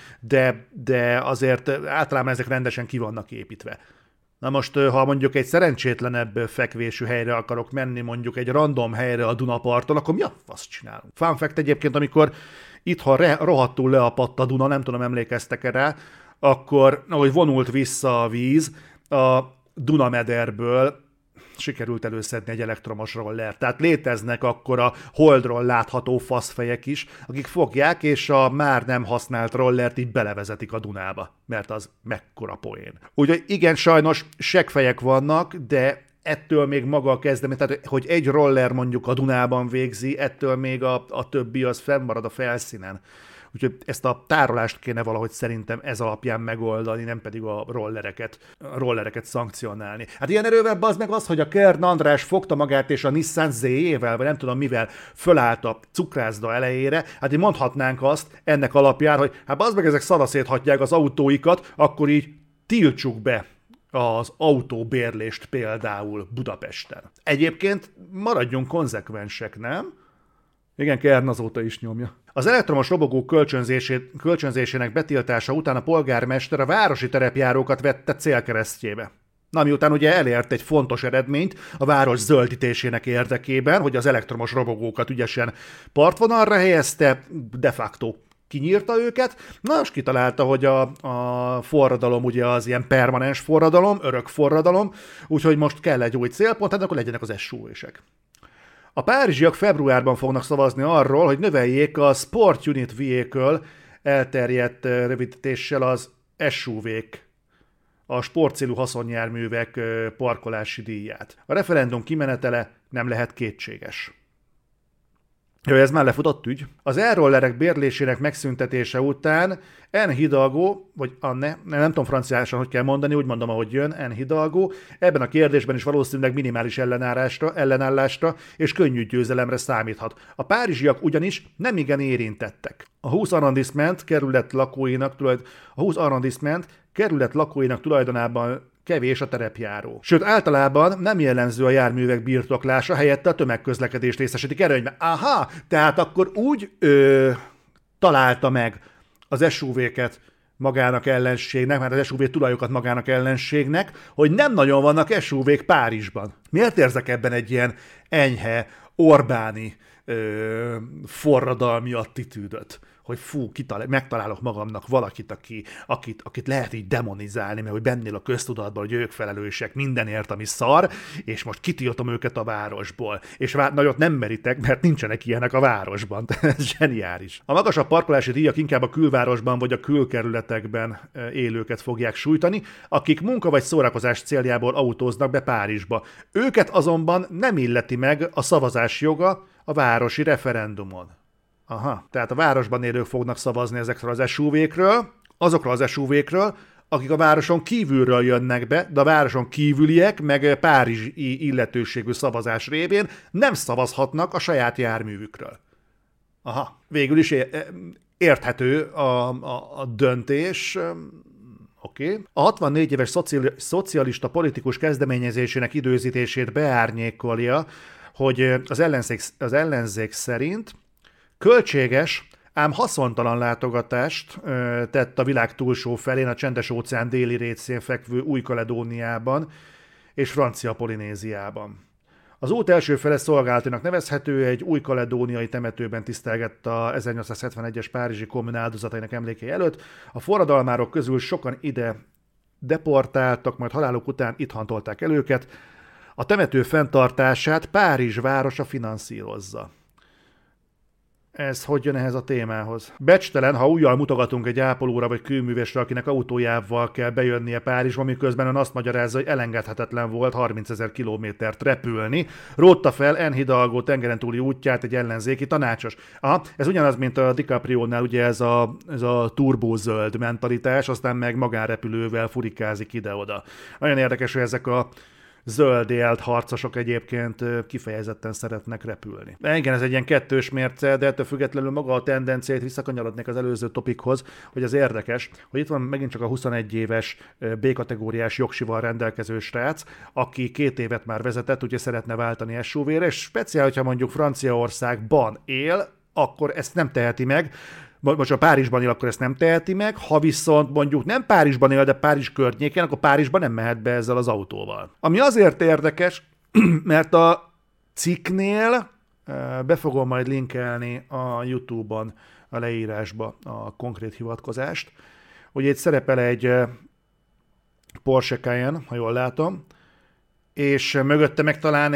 de azért általában ezek rendesen ki vannak építve. Na most, ha mondjuk egy szerencsétlenebb fekvésű helyre akarok menni, mondjuk egy random helyre a Dunaparton, akkor mi a fasz csinálunk? Fun fact egyébként, amikor itthon rohadtul leapadt a Duna, nem tudom, emlékeztek-e rá, akkor, ahogy vonult vissza a víz, a Dunamederből sikerült előszedni egy elektromos roller. Tehát léteznek akkor a Holdról látható faszfejek is, akik fogják, és a már nem használt rollert így belevezetik a Dunába, mert az mekkora poén. Úgyhogy igen, sajnos seggfejek vannak, de ettől még maga a kezdemény, tehát hogy egy roller mondjuk a Dunában végzi, ettől még a többi az fennmarad a felszínen. Úgyhogy ezt a tárolást kéne valahogy szerintem ez alapján megoldani, nem pedig a rollereket szankcionálni. Hát ilyen erővel bazd meg az, hogy a Kern András fogta magát és a Nissan Z-ével, vagy nem tudom mivel, fölállt a cukrászda elejére, hát így mondhatnánk azt ennek alapján, hogy hát bazd meg ezek szanaszéthatják az autóikat, akkor így tiltsuk be az autóbérlést például Budapesten. Egyébként maradjunk konzekvensek, nem? Igen, Kern azóta is nyomja. Az elektromos robogók kölcsönzésének betiltása után a polgármester a városi terepjárókat vette célkeresztjébe. Na, miután ugye elért egy fontos eredményt a város zöldítésének érdekében, hogy az elektromos robogókat ügyesen partvonalra helyezte, de facto kinyírta őket, na és kitalálta, hogy a forradalom ugye az ilyen permanens forradalom, örök forradalom, úgyhogy most kell egy új célpont, hát akkor legyenek az SUV-sek. A párizsiak februárban fognak szavazni arról, hogy növeljék a Sport Unit Vehicle elterjedt rövidítéssel az SUV-k, a sportcélú haszonjárművek parkolási díját. A referendum kimenetele nem lehet kétséges. Ez már lefutott ügy. Az e-rollerek bérlésének megszüntetése után Anne Hidalgo, vagy Anne, nem tudom franciásan, hogy kell mondani, úgy mondom, ahogy jön, Anne Hidalgo, ebben a kérdésben is valószínűleg minimális ellenállásra és könnyű győzelemre számíthat. A párizsiak ugyanis nem igen érintettek. A 20 arrondissement kerület lakóinak tulajdonában kevés a terepjáró. Sőt, általában nem jellemző a járművek birtoklása, helyette a tömegközlekedés részesítik előnyben. Aha, tehát akkor úgy találta meg az SUV-ket magának ellenségnek, mert az SUV tulajokat magának ellenségnek, hogy nem nagyon vannak SUV-k Párizsban. Miért érzek ebben egy ilyen enyhe, Orbáni forradalmi attitűdöt, hogy fú, megtalálok magamnak valakit, akit lehet így demonizálni, mert hogy bennél a köztudatban, hogy ők felelősek mindenért, ami szar, és most kitiltom őket a városból. És nagyot nem meritek, mert nincsenek ilyenek a városban. Ez zseniális. A magasabb parkolási díjak inkább a külvárosban vagy a külkerületekben élőket fogják sújtani, akik munka vagy szórakozás céljából autóznak be Párizsba. Őket azonban nem illeti meg a szavazás joga a városi referendumon. Aha, tehát a városban élők fognak szavazni ezekről az SUV-kről, azokról az SUV-kről, akik a városon kívülről jönnek be, de a városon kívüliek, meg párizsi illetőségű szavazás révén nem szavazhatnak a saját járművükről. Aha, végül is érthető a döntés. Oké. A 64 éves szocialista politikus kezdeményezésének időzítését beárnyékolja, hogy az ellenzék szerint költséges, ám haszontalan látogatást tett a világ túlsó felén, a Csendes-óceán déli részén fekvő Új-Kaledóniában és Francia Polinéziában. Az út első fele szolgálatinak nevezhető, egy új-kaledóniai temetőben tisztelgett a 1871-es párizsi kommuna áldozatainak emlékei előtt. A forradalmárok közül sokan ide deportáltak, majd haláluk után itt hantolták el őket. A temető fenntartását Párizs városa finanszírozza. Ez hogy jön ehhez a témához? Becstelen, ha ujjal mutogatunk egy ápolóra vagy kőművesre, akinek autójával kell bejönnie Párizsba, miközben ön azt magyarázza, hogy elengedhetetlen volt 30 000 kilométert repülni. Rótta fel N. Hidalgo tengeren túli útját egy ellenzéki tanácsos. Aha, ez ugyanaz, mint a DiCaprio-nál, ugye ez a turbózöld mentalitás, aztán meg magánrepülővel furikázik ide-oda. Nagyon érdekes, hogy ezek a zöld élt harcosok egyébként kifejezetten szeretnek repülni. Igen, ez egy ilyen kettős mérce, de ettől függetlenül maga a tendenciát visszakanyarodnék az előző topikhoz, hogy az érdekes, hogy itt van megint csak a 21 éves B-kategóriás jogsival rendelkező srác, aki 2 évet már vezetett, úgyhogy szeretne váltani SUV-re, és speciál, hogyha mondjuk Franciaországban él, akkor ezt nem teheti meg. Most a Párizsban él, akkor ezt nem teheti meg, ha viszont mondjuk nem Párizsban él, de Párizs környékén, akkor Párizsban nem mehet be ezzel az autóval. Ami azért érdekes, mert a cikknél be fogom majd linkelni a YouTube-on a leírásba a konkrét hivatkozást. Ugye itt szerepel egy Porsche Cayenne, ha jól látom, és mögötte meg talán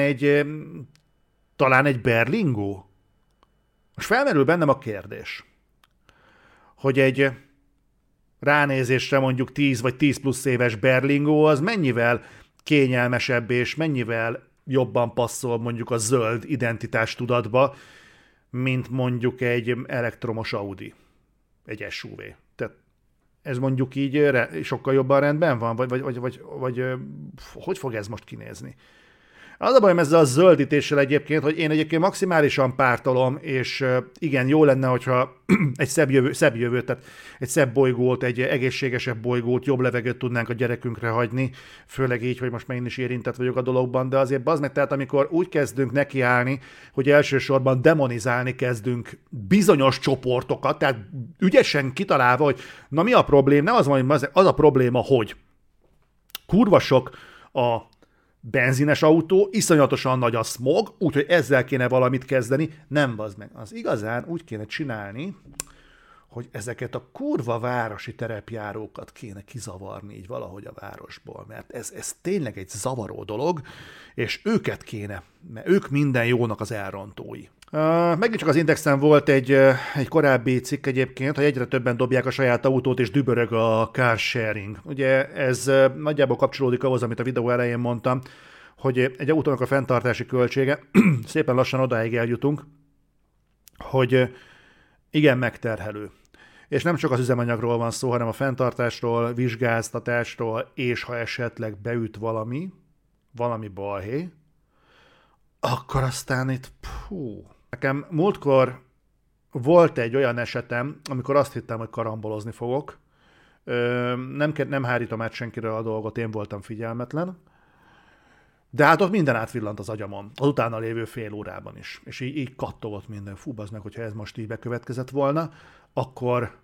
egy Berlingo. Most felmerül bennem a kérdés, hogy egy ránézésre mondjuk 10 vagy 10 plusz éves Berlingo az mennyivel kényelmesebb és mennyivel jobban passzol mondjuk a zöld identitás tudatba, mint mondjuk egy elektromos Audi, egy SUV. Tehát ez mondjuk így sokkal jobban rendben van, vagy hogy fog ez most kinézni? Az a bajom ezzel a zöldítéssel egyébként, hogy én egyébként maximálisan pártolom, és igen, jó lenne, hogyha egy szebb jövőt, tehát egy szebb bolygót, egy egészségesebb bolygót, jobb levegőt tudnánk a gyerekünkre hagyni, főleg így, hogy most már én is érintett vagyok a dologban, de azért bazd meg, tehát amikor úgy kezdünk nekiállni, hogy elsősorban demonizálni kezdünk bizonyos csoportokat, tehát ügyesen kitalálva, hogy na mi a probléma, nem az van, hogy az a probléma, hogy kurva sok a benzines autó, iszonyatosan nagy a smog, úgyhogy ezzel kéne valamit kezdeni. Nem, bazd meg. Az igazán úgy kéne csinálni, hogy ezeket a kurva városi terepjárókat kéne kizavarni így valahogy a városból, mert ez tényleg egy zavaró dolog, és őket kéne, mert ők minden jónak az elrontói. Megint csak az Indexen volt egy korábbi cikk egyébként, hogy egyre többen dobják a saját autót, és dübörög a car sharing. Ugye ez nagyjából kapcsolódik ahhoz, amit a videó elején mondtam, hogy egy autónak a fenntartási költsége, szépen lassan odáig eljutunk, hogy igen megterhelő. És nem csak az üzemanyagról van szó, hanem a fenntartásról, vizsgáztatásról, és ha esetleg beüt valami balhé, akkor aztán itt, Nekem múltkor volt egy olyan esetem, amikor azt hittem, hogy karambolozni fogok. Nem hárítom át senkire a dolgot, én voltam figyelmetlen. De hát ott minden átvillant az agyamon, az utána lévő fél órában is. És így kattogott minden. Bazd meg, hogyha ez most így bekövetkezett volna, akkor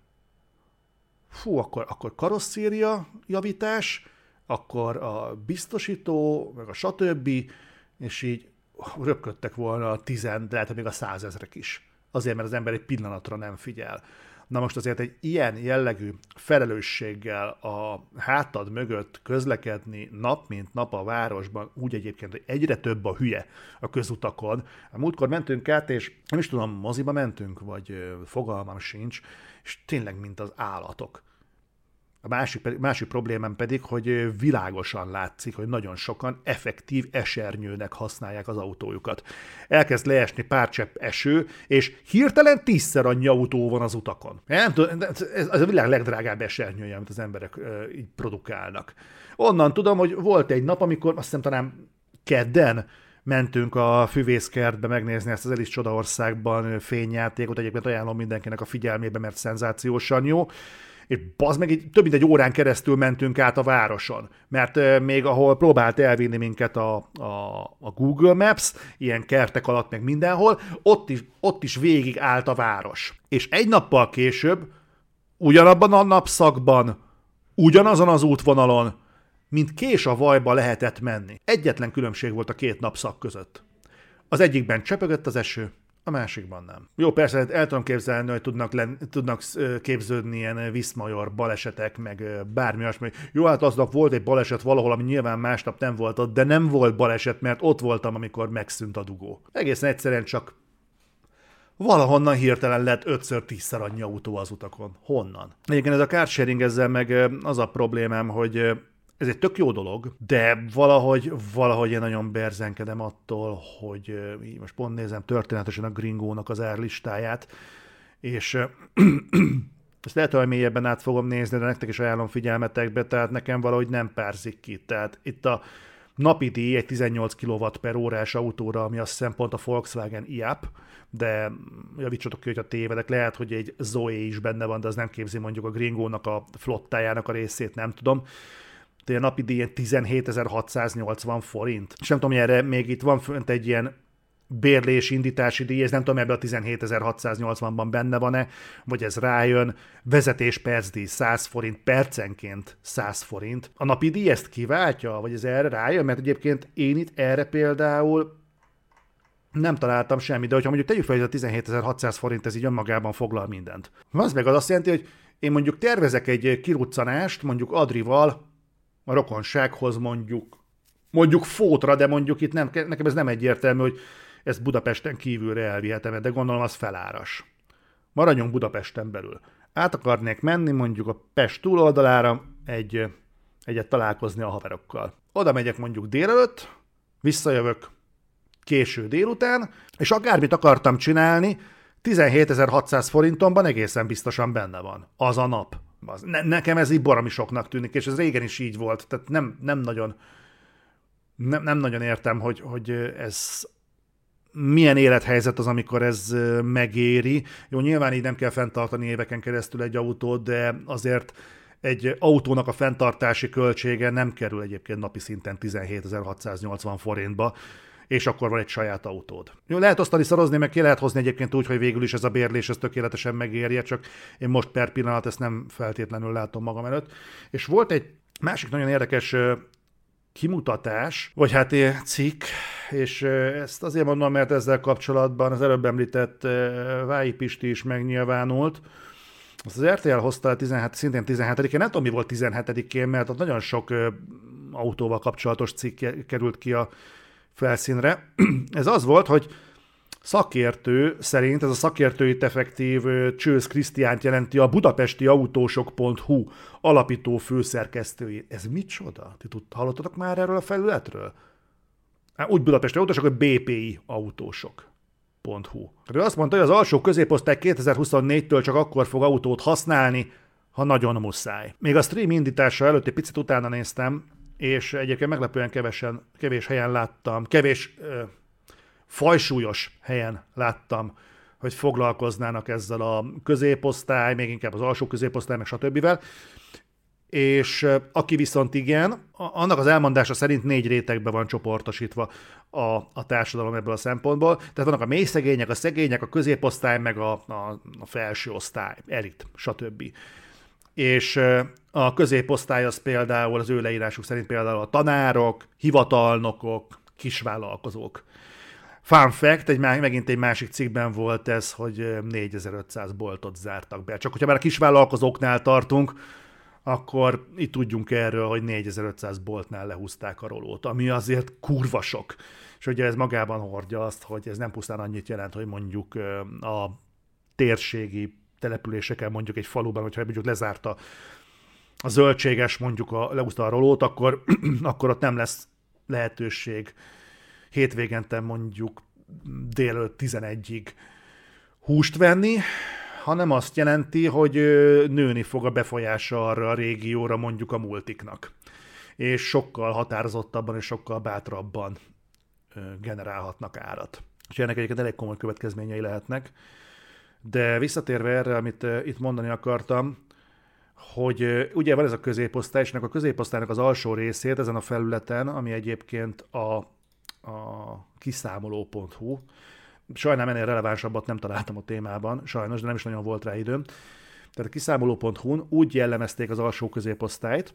karosszéria javítás, akkor a biztosító, meg a stb. És így, röpködtek volna a 10, de lehet, hogy még a 100 000 is. Azért, mert az ember egy pillanatra nem figyel. Na most azért egy ilyen jellegű felelősséggel a hátad mögött közlekedni nap mint nap a városban, úgy egyébként, hogy egyre több a hülye a közutakon. A múltkor mentünk át, és nem is tudom, moziba mentünk, vagy fogalmam sincs, és tényleg mint az állatok. A másik problémám pedig, hogy világosan látszik, hogy nagyon sokan effektív esernyőnek használják az autójukat. Elkezd leesni pár csepp eső, és hirtelen 10-szer annyi autó van az utakon. Nem tudom, ez a világ legdrágább esernyője, amit az emberek így produkálnak. Onnan tudom, hogy volt egy nap, amikor azt hiszem talán kedden mentünk a füvészkertbe megnézni ezt az Alice Csodaországban fényjátékot, egyébként ajánlom mindenkinek a figyelmébe, mert szenzációsan jó. És bazd meg, így több mint egy órán keresztül mentünk át a városon, mert még ahol próbált elvinni minket a Google Maps, ilyen kertek alatt meg mindenhol, ott is végig állt a város. És egy nappal később, ugyanabban a napszakban, ugyanazon az útvonalon, mint kés a vajba lehetett menni. Egyetlen különbség volt a két napszak között. Az egyikben csöpögött az eső, a másikban nem. Jó, persze, el tudom képzelni, hogy tudnak képződni ilyen viszmajor balesetek, meg bármi olyasmi. Jó, hát aznap volt egy baleset valahol, ami nyilván másnap nem volt ott, de nem volt baleset, mert ott voltam, amikor megszűnt a dugó. Egészen egyszerűen csak valahonnan hirtelen lett 5-10-szer annyi autó az utakon. Honnan? Egyébként ez a carsharing, ezzel meg az a problémám, hogy ez egy tök jó dolog, de valahogy én nagyon berzenkedem attól, hogy most pont nézem történetesen a Gringónak az árlistáját, és ezt lehet, hogy mélyebben át fogom nézni, de nektek is ajánlom figyelmetekbe, tehát nekem valahogy nem párzik ki. Tehát itt a napi díj egy 18 kWh autóra, ami azt hiszem pont a Volkswagen IAP, de javítsatok ki, hogyha tévedek, lehet, hogy egy Zoe is benne van, de az nem képzi mondjuk a Gringónak a flottájának a részét, nem tudom. A napi díj 17.680 forint. És nem tudom, hogy erre még itt van fönt egy ilyen bérlés, indítási díj, ez nem tudom, ebben a 17.680-ban benne van-e, vagy ez rájön. Vezetés percdíj 100 forint, percenként 100 forint. A napi díj ezt kiváltja, vagy ez erre rájön? Mert egyébként én itt erre például nem találtam semmit, de hogyha mondjuk tegyük fel, hogy ez a 17.600 forint, ez így önmagában foglal mindent. Az meg az azt jelenti, hogy én mondjuk tervezek egy kiruccanást, mondjuk Adrival, a rokonsághoz mondjuk Fótra, de mondjuk itt nem, nekem ez nem egyértelmű, hogy ezt Budapesten kívülre elvihetem, de gondolom az feláras. Maradjunk Budapesten belül. Át akarnék menni mondjuk a Pest túloldalára egyet találkozni a haverokkal. Oda megyek mondjuk délelőtt, visszajövök késő délután, és akármit akartam csinálni, 17.600 forintomban egészen biztosan benne van. Az a nap. Nekem ez így baromi soknak tűnik, és ez régen is így volt, tehát nem nagyon értem, hogy ez milyen élethelyzet az, amikor ez megéri. Jó, nyilván így nem kell fenntartani éveken keresztül egy autót, de azért egy autónak a fenntartási költsége nem kerül egyébként napi szinten 17.680 forintba, és akkor van egy saját autód. Jó, lehet osztani, szarozni, meg ki lehet hozni egyébként úgy, hogy végül is ez a bérlés ez tökéletesen megérje, csak én most per pillanat ezt nem feltétlenül látom magam előtt. És volt egy másik nagyon érdekes kimutatás, vagy hát cikk, és ezt azért mondom, mert ezzel kapcsolatban az előbb említett Vályi Pisti is megnyilvánult. Azt az RTL hozta szintén 17-én, nem tudom, mi volt 17-én, mert ott nagyon sok autóval kapcsolatos cikk került ki a felszínre. Ez az volt, hogy szakértő szerint, ez a szakértői effektív Csősz Krisztiánt jelenti, a budapesti autósok.hu alapító főszerkesztői. Ez micsoda? Ti hallottatok már erről a felületről? Úgy budapesti autósok, hogy BPI autósok.hu. Ő azt mondta, hogy az alsó középosztály 2024-től csak akkor fog autót használni, ha nagyon muszáj. Még a stream indítása előtt egy picit utána néztem, és egyébként meglepően kevés helyen láttam, fajsúlyos helyen láttam, hogy foglalkoznának ezzel a középosztály, még inkább az alsó középosztály, meg stb. És aki viszont igen, annak az elmondása szerint 4 rétegbe van csoportosítva a társadalom ebből a szempontból. Tehát vannak a mély szegények, a szegények, a középosztály, meg a felső osztály, elit, stb. És a középosztály az például az ő leírásuk szerint például a tanárok, hivatalnokok, kisvállalkozók. Fun fact, megint egy másik cikkben volt ez, hogy 4500 boltot zártak be. Csak hogyha már a kisvállalkozóknál tartunk, akkor itt tudjunk erről, hogy 4500 boltnál lehúzták a rolót, ami azért kurva sok. És ugye ez magában hordja azt, hogy ez nem pusztán annyit jelent, hogy mondjuk a térségi településeken, mondjuk egy faluban, hogyha mondjuk lezárta a zöldséges, mondjuk lehúzta a rolót, akkor ott nem lesz lehetőség hétvégente mondjuk délelőtt 11-ig húst venni, hanem azt jelenti, hogy nőni fog a befolyása arra a régióra mondjuk a multiknak. És sokkal határozottabban és sokkal bátrabban generálhatnak árat. És ennek egyébként elég komoly következményei lehetnek. De visszatérve erre, amit itt mondani akartam, hogy ugye van ez a középosztály, és ennek a középosztálynak az alsó részét ezen a felületen, ami egyébként a kiszámoló.hu, sajnálom, ennél relevánsabbat nem találtam a témában, sajnos, de nem is nagyon volt rá időm. Tehát a kiszámoló.hu-n úgy jellemezték az alsó középosztályt,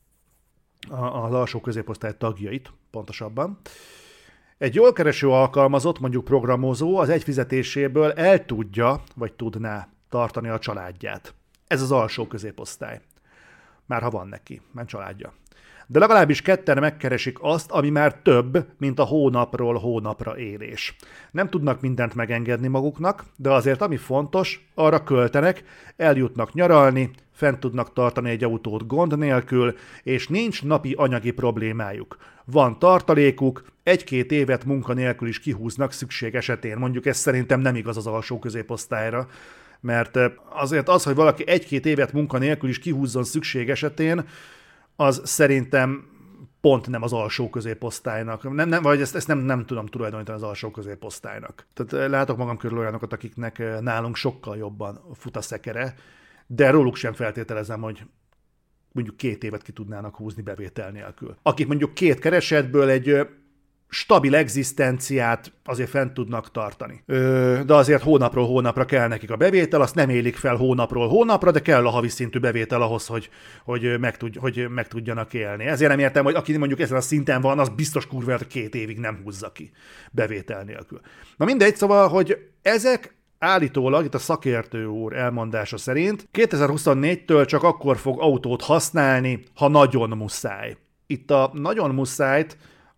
az alsó középosztály tagjait pontosabban. Egy jól kereső alkalmazott, mondjuk programozó, az egy fizetéséből el tudja, vagy tudná tartani a családját. Ez az alsó középosztály. Már ha van neki, már családja. De legalábbis ketten megkeresik azt, ami már több, mint a hónapról hónapra élés. Nem tudnak mindent megengedni maguknak, de azért ami fontos, arra költenek, eljutnak nyaralni, fent tudnak tartani egy autót gond nélkül, és nincs napi anyagi problémájuk. Van tartalékuk, 1-2 évet munkanélkül is kihúznak szükség esetén. Mondjuk ez szerintem nem igaz az alsó középosztályra, mert azért az, hogy valaki 1-2 évet munkanélkül is kihúzzon szükség esetén, az szerintem pont nem az alsó középosztálynak. Vagy ezt nem tudom tulajdonítani az alsó középosztálynak. Tehát látok magam körül olyanokat, akiknek nálunk sokkal jobban fut a szekere, de róluk sem feltételezem, hogy mondjuk 2 évet ki tudnának húzni bevétel nélkül. Akik mondjuk 2 keresetből egy stabil egzisztenciát azért fent tudnak tartani. De azért hónapról hónapra kell nekik a bevétel, azt nem élik fel hónapról hónapra, de kell a havi szintű bevétel ahhoz, hogy meg tudjanak élni. Ezért nem értem, hogy aki mondjuk ezen a szinten van, az biztos kurva, hogy 2 évig nem húzza ki bevétel nélkül. Na mindegy, szóval, hogy ezek állítólag, itt a szakértő úr elmondása szerint 2024-től csak akkor fog autót használni, ha nagyon muszáj. Itt a nagyon muszájt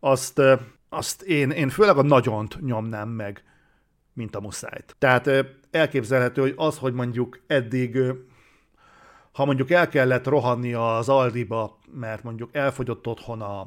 azt én főleg a nagyont nyomnám meg, mint a muszájt. Tehát elképzelhető, hogy az, hogy mondjuk eddig, ha mondjuk el kellett rohanni az Aldiba, mert mondjuk elfogyott otthon a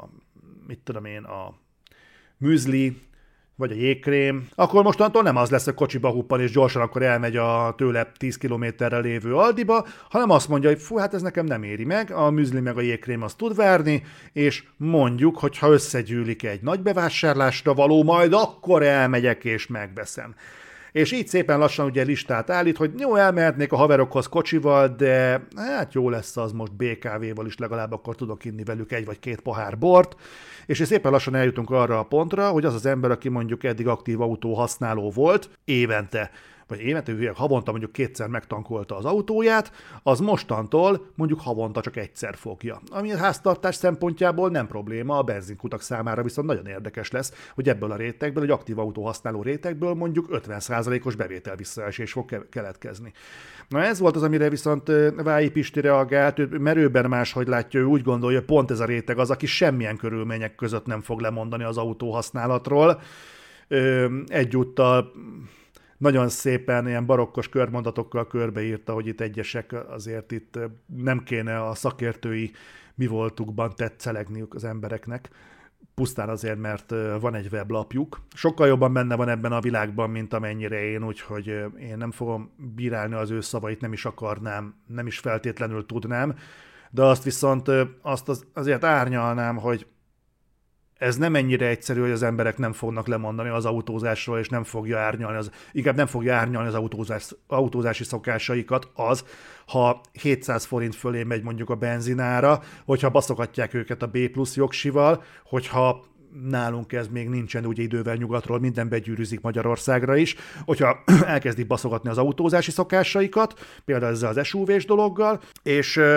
műzli, vagy a jégkrém, akkor mostantól nem az lesz, hogy kocsiba huppan, és gyorsan akkor elmegy a tőle 10 kilométerre lévő Aldiba, hanem azt mondja, hogy fú, hát ez nekem nem éri meg, a műzli meg a jégkrém azt tud várni, és mondjuk, hogyha összegyűlik egy nagy bevásárlásra való, majd akkor elmegyek és megveszem. És így szépen lassan ugye listát állít, hogy jó, elmehetnék a haverokhoz kocsival, de hát jó lesz az most BKV-val is, legalább akkor tudok inni velük 1 vagy 2 pohár bort, és szépen lassan eljutunk arra a pontra, hogy az az ember, aki mondjuk eddig aktív autó használó volt, havonta mondjuk 2-szer megtankolta az autóját, az mostantól mondjuk havonta csak 1-szer fogja. Ami a háztartás szempontjából nem probléma, a benzinkutak számára viszont nagyon érdekes lesz, hogy ebből a rétegből, egy aktív autó használó rétegből mondjuk 50%-os bevétel visszaesés fog keletkezni. Na ez volt az, amire viszont Vályi Pisti reagált, ő merőben máshogy látja, ő úgy gondolja, hogy pont ez a réteg az, aki semmilyen körülmények között nem fog lemondani az autóhasználatról. Egyúttal nagyon szépen ilyen barokkos körmondatokkal körbeírta, hogy itt egyesek azért itt nem kéne a szakértői mi voltukban tetszelegniük az embereknek, pusztán azért, mert van egy weblapjuk. Sokkal jobban benne van ebben a világban, mint amennyire én, úgyhogy én nem fogom bírálni az ő szavait, nem is akarnám, nem is feltétlenül tudnám, de azt viszont azért árnyalnám, hogy ez nem ennyire egyszerű, hogy az emberek nem fognak lemondani az autózásról, és nem fogja árnyalni az autózási szokásaikat az, ha 700 forint fölé megy mondjuk a benzinára, hogyha baszogatják őket a B plusz jogsival, hogyha nálunk ez még nincsen ugye idővel nyugatról, minden begyűrűzik Magyarországra is, hogyha elkezdik baszogatni az autózási szokásaikat, például ezzel az SUV-s dologgal, és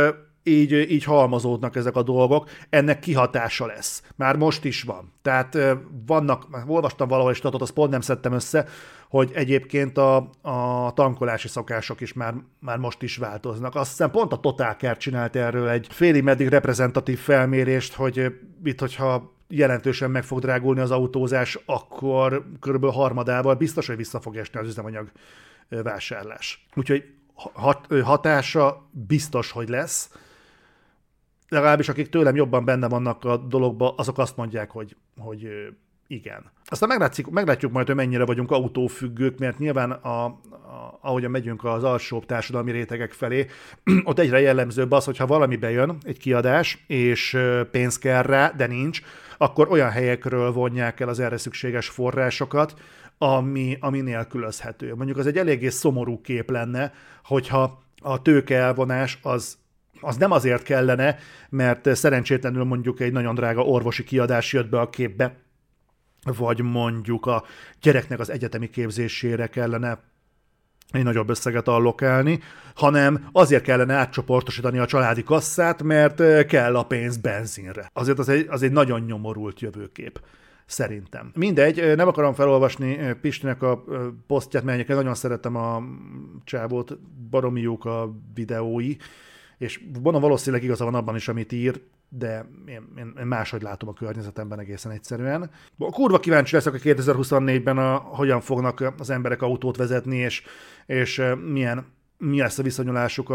így halmozódnak ezek a dolgok, ennek kihatása lesz. Már most is van. Tehát vannak, olvastam valahol és azt pont nem szedtem össze, hogy egyébként a tankolási szokások is már most is változnak. Azt hiszem pont a Totalcare csinált erről egy félig meddig reprezentatív felmérést, hogy itt, hogyha jelentősen meg fog drágulni az autózás, akkor kb. Harmadával biztos, hogy vissza fog esni az üzemanyag vásárlás. Úgyhogy hatása biztos, hogy lesz. Legalábbis akik tőlem jobban benne vannak a dologban, azok azt mondják, hogy igen. Aztán meglátjuk majd, hogy mennyire vagyunk autófüggők, mert nyilván ahogyan megyünk az alsóbb társadalmi rétegek felé, ott egyre jellemzőbb az, hogyha valami bejön, egy kiadás, és pénz kell rá, de nincs, akkor olyan helyekről vonják el az erre szükséges forrásokat, ami nélkülözhető. Mondjuk az egy eléggé szomorú kép lenne, hogyha a tőke elvonás az nem azért kellene, mert szerencsétlenül mondjuk egy nagyon drága orvosi kiadás jött be a képbe, vagy mondjuk a gyereknek az egyetemi képzésére kellene egy nagyobb összeget allokálni, hanem azért kellene átcsoportosítani a családi kasszát, mert kell a pénz benzinre. Azért az egy nagyon nyomorult jövőkép. Szerintem. Mindegy, nem akarom felolvasni Pistinek a posztját, mert egyébként nagyon szeretem a csávót, baromi jók a videói, és valószínűleg igaza van abban is, amit ír, de én máshogy látom a környezetemben egészen egyszerűen. Kurva kíváncsi leszek a 2024-ben, hogyan fognak az emberek autót vezetni, és mi lesz a viszonyulásuk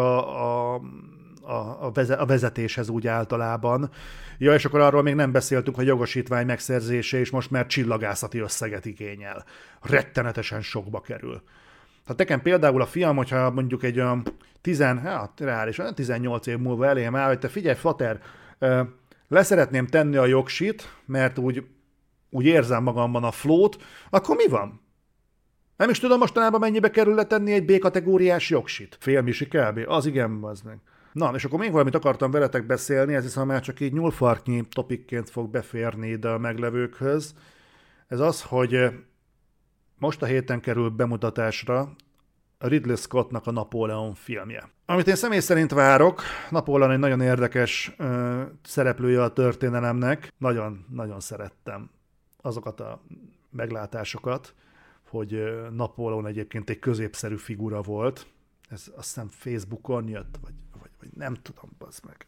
a vezetéshez úgy általában. Ja, és akkor arról még nem beszéltünk, hogy jogosítvány megszerzése és most már csillagászati összeget igényel. Rettenetesen sokba kerül. Hát nekem például a fiam, hogyha mondjuk egy 18 év múlva elém áll, hogy te figyelj, Fater, leszeretném tenni a jogsit, mert úgy érzem magamban a flót, akkor mi van? Nem is tudom mostanában mennyibe kerül letenni egy B-kategóriás jogsit. Félmisi kb. Az igen, az meg. Na, és akkor még valamit akartam veletek beszélni, ez hiszem már csak így nyúlfarknyi topikként fog beférni ide a meglevőkhöz. Ez az, hogy most a héten kerül bemutatásra a Ridley Scottnak a Napóleon filmje. Amit én személy szerint várok, Napóleon egy nagyon érdekes szereplője a történelemnek. Nagyon szerettem azokat a meglátásokat, hogy Napóleon egyébként egy középszerű figura volt. Ez azt hiszem Facebookon jött, vagy nem tudom, bazd meg.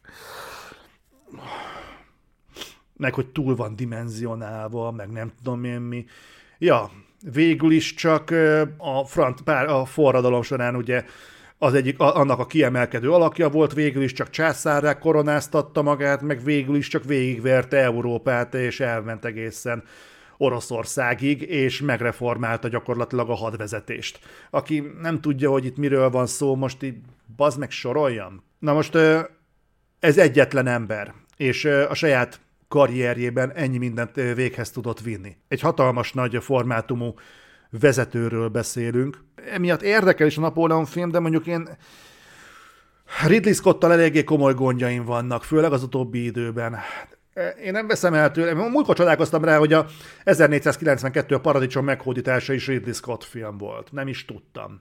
Meg, hogy túl van dimenzionálva, meg nem tudom én mi. Ja, végül is csak a forradalom során ugye az egyik, annak a kiemelkedő alakja volt, végül is csak császárrá koronáztatta magát, meg végül is csak végigverte Európát, és elment egészen Oroszországig, és megreformálta gyakorlatilag a hadvezetést. Aki nem tudja, hogy itt miről van szó, most így bazd meg soroljam. Na most ez egyetlen ember, és a saját karrierjében ennyi mindent véghez tudott vinni. Egy hatalmas nagy formátumú vezetőről beszélünk. Emiatt érdekel is a Napóleon film, de mondjuk én Ridley Scottal eléggé komoly gondjaim vannak, főleg az utóbbi időben. Én nem veszem el tőle. Múltkor csodálkoztam rá, hogy a 1492 a Paradicsom meghódítása is Ridley Scott film volt. Nem is tudtam.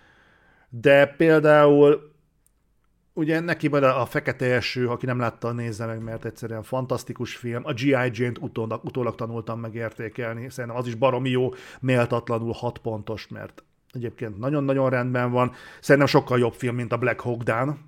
De például ugye neki majd a Fekete Eső, aki nem látta, nézze meg, mert egyszerűen fantasztikus film. A G.I. Jane-t utólag tanultam megértékelni. Szerintem az is baromi jó, méltatlanul 6 pontos, mert egyébként nagyon-nagyon rendben van. Szerintem sokkal jobb film, mint a Black Hawk Down.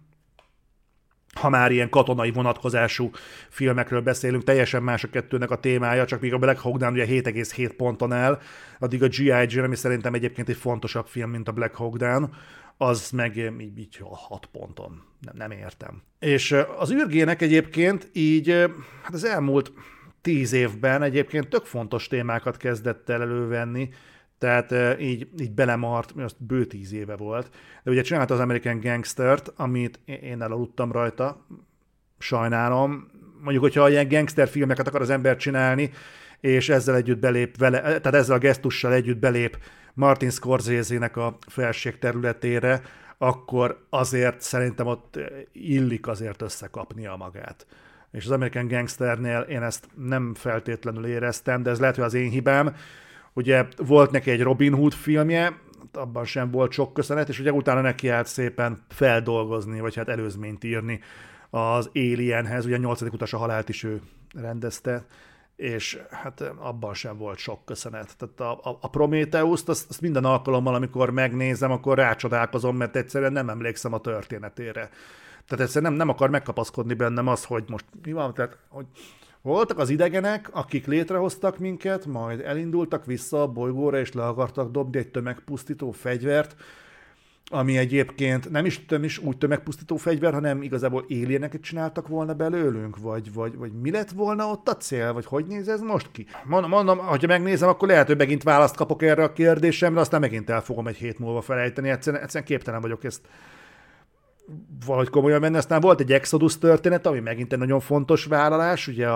Ha már ilyen katonai vonatkozású filmekről beszélünk, teljesen más a kettőnek a témája, csak míg a Black Hawk Down ugye 7,7 ponton áll, addig a G.I. Jane, ami szerintem egyébként egy fontosabb film, mint a Black Hawk Down, az meg így 6 ponton. Nem értem. És az űrgének egyébként így, hát az elmúlt 10 évben egyébként tök fontos témákat kezdett el elővenni, tehát így belemart, azt bő 10 éve volt. De ugye csinálta az American Gangstert, amit én elaludtam rajta, sajnálom. Mondjuk, hogyha ilyen gangster filmeket akar az ember csinálni, és ezzel együtt belép vele, tehát ezzel a gesztussal együtt belép Martin Scorsese-nek a felség területére, akkor azért szerintem ott illik azért összekapnia magát. És az American Gangsternél én ezt nem feltétlenül éreztem, de ez lehet, hogy az én hibám. Ugye volt neki egy Robin Hood filmje, abban sem volt sok köszönet, és ugye utána neki állt szépen feldolgozni, vagy hát előzményt írni az Alienhez, ugye a 8. utas a halált is ő rendezte, és hát abban sem volt sok köszönet. Tehát a Prometheus-t azt minden alkalommal, amikor megnézem, akkor rácsodálkozom, mert egyszerűen nem emlékszem a történetére. Tehát egyszerűen nem akar megkapaszkodni bennem az, hogy most mi van, tehát hogy voltak az idegenek, akik létrehoztak minket, majd elindultak vissza a bolygóra, és le akartak dobni egy tömegpusztító fegyvert, ami egyébként nem is úgy tömegpusztító fegyver, hanem igazából alieneket csináltak volna belőlünk, vagy mi lett volna ott a cél, vagy hogy néz ez most ki? Mondom, hogyha megnézem, akkor lehet, hogy megint választ kapok erre a kérdésemre, aztán megint el fogom egy hét múlva felejteni, egyszerűen képtelen vagyok ezt valahogy komolyan menni. Aztán volt egy Exodus történet, ami megint egy nagyon fontos vállalás, ugye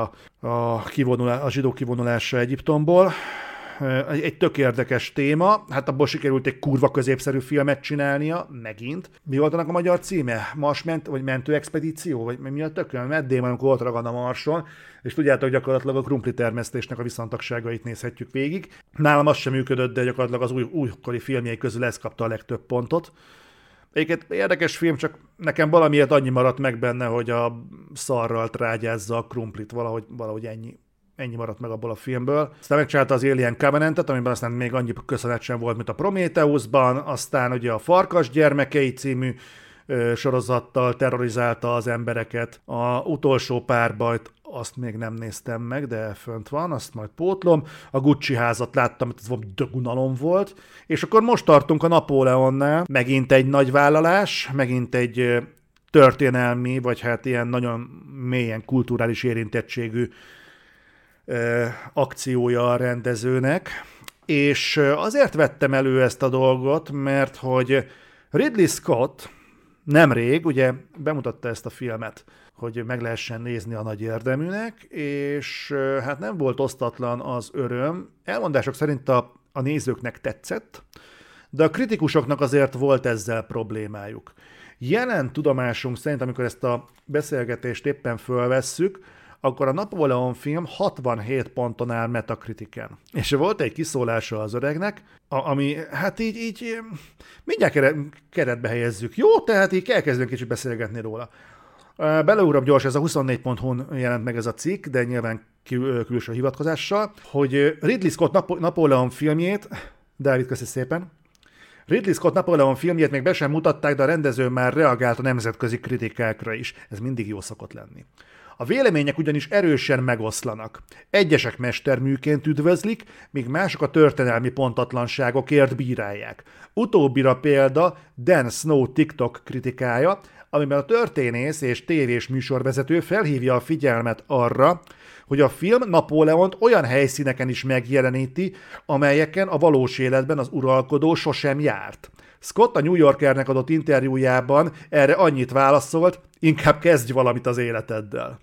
a zsidó kivonulása Egyiptomból. Egy tök érdekes téma, hát abból sikerült egy kurva középszerű filmet csinálnia, megint. Mi volt annak a magyar címe? Vagy mentőexpedíció? Vagy mi a tökön? Matt Damon, amikor ott ragad a Marson, és tudjátok, gyakorlatilag a krumpli termesztésnek a viszontagságait nézhetjük végig. Nálam az sem működött, de gyakorlatilag az újkori filmjei közül ez kapta a legtöbb pontot. Egyébként érdekes film, csak nekem valamiért annyi maradt meg benne, hogy a szarral trágyázza a krumplit, valahogy ennyi maradt meg abból a filmből. Aztán megcsinálta az Alien Covenantet, amiben aztán még annyi köszönet sem volt, mint a Prometheusban, aztán ugye a Farkas gyermekei című sorozattal terrorizálta az embereket. A utolsó párbajt azt még nem néztem meg, de fönt van, azt majd pótlom. A Gucci házat láttam, ez valami dögunalom volt. És akkor most tartunk a Napóleonnál. Megint egy nagy vállalás, megint egy történelmi, vagy hát ilyen nagyon mélyen kulturális érintettségű akciója a rendezőnek, és azért vettem elő ezt a dolgot, mert hogy Ridley Scott nemrég ugye bemutatta ezt a filmet, hogy meg lehessen nézni a nagy érdeműnek, és hát nem volt osztatlan az öröm. Elmondások szerint a nézőknek tetszett, de a kritikusoknak azért volt ezzel problémájuk. Jelen tudomásunk szerint, amikor ezt a beszélgetést éppen fölvesszük, akkor a Napóleon film 67 ponton áll Metacritiken. És volt egy kiszólása az öregnek, ami hát így mindjárt keretbe helyezzük. Jó, tehát így elkezdünk kicsit beszélgetni róla. Beleugrok gyors, ez a 24.hu-n jelent meg ez a cikk, de nyilván külső hivatkozással, hogy Ridley Scott Napóleon filmjét, Dávid, köszi szépen, Ridley Scott Napóleon filmjét még be sem mutatták, de a rendező már reagált a nemzetközi kritikákra is. Ez mindig jó szokott lenni. A vélemények ugyanis erősen megoszlanak. Egyesek mesterműként üdvözlik, míg mások a történelmi pontatlanságokért bírálják. Utóbbira példa Dan Snow TikTok kritikája, amiben a történész és tévés műsorvezető felhívja a figyelmet arra, hogy a film Napóleont olyan helyszíneken is megjeleníti, amelyeken a valós életben az uralkodó sosem járt. Scott a New Yorkernek adott interjújában erre annyit válaszolt, inkább kezdj valamit az életeddel.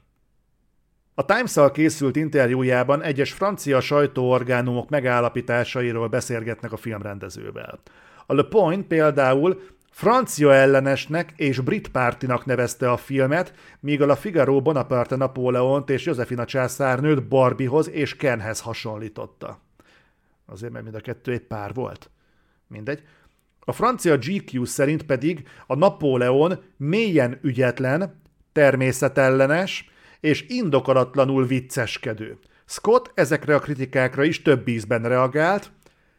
A Times-szal készült interjújában egyes francia sajtóorgánumok megállapításairól beszélgetnek a filmrendezővel. A Le Point például francia ellenesnek és brit pártinak nevezte a filmet, míg a La Figaro Bonaparte Napóleont és Józsefina császárnőt Barbiehoz és Kenhez hasonlította. Azért, mert mind a kettő egy pár volt. Mindegy. A francia GQ szerint pedig a Napóleon mélyen ügyetlen, természetellenes és indokolatlanul vicceskedő. Scott ezekre a kritikákra is több ízben reagált.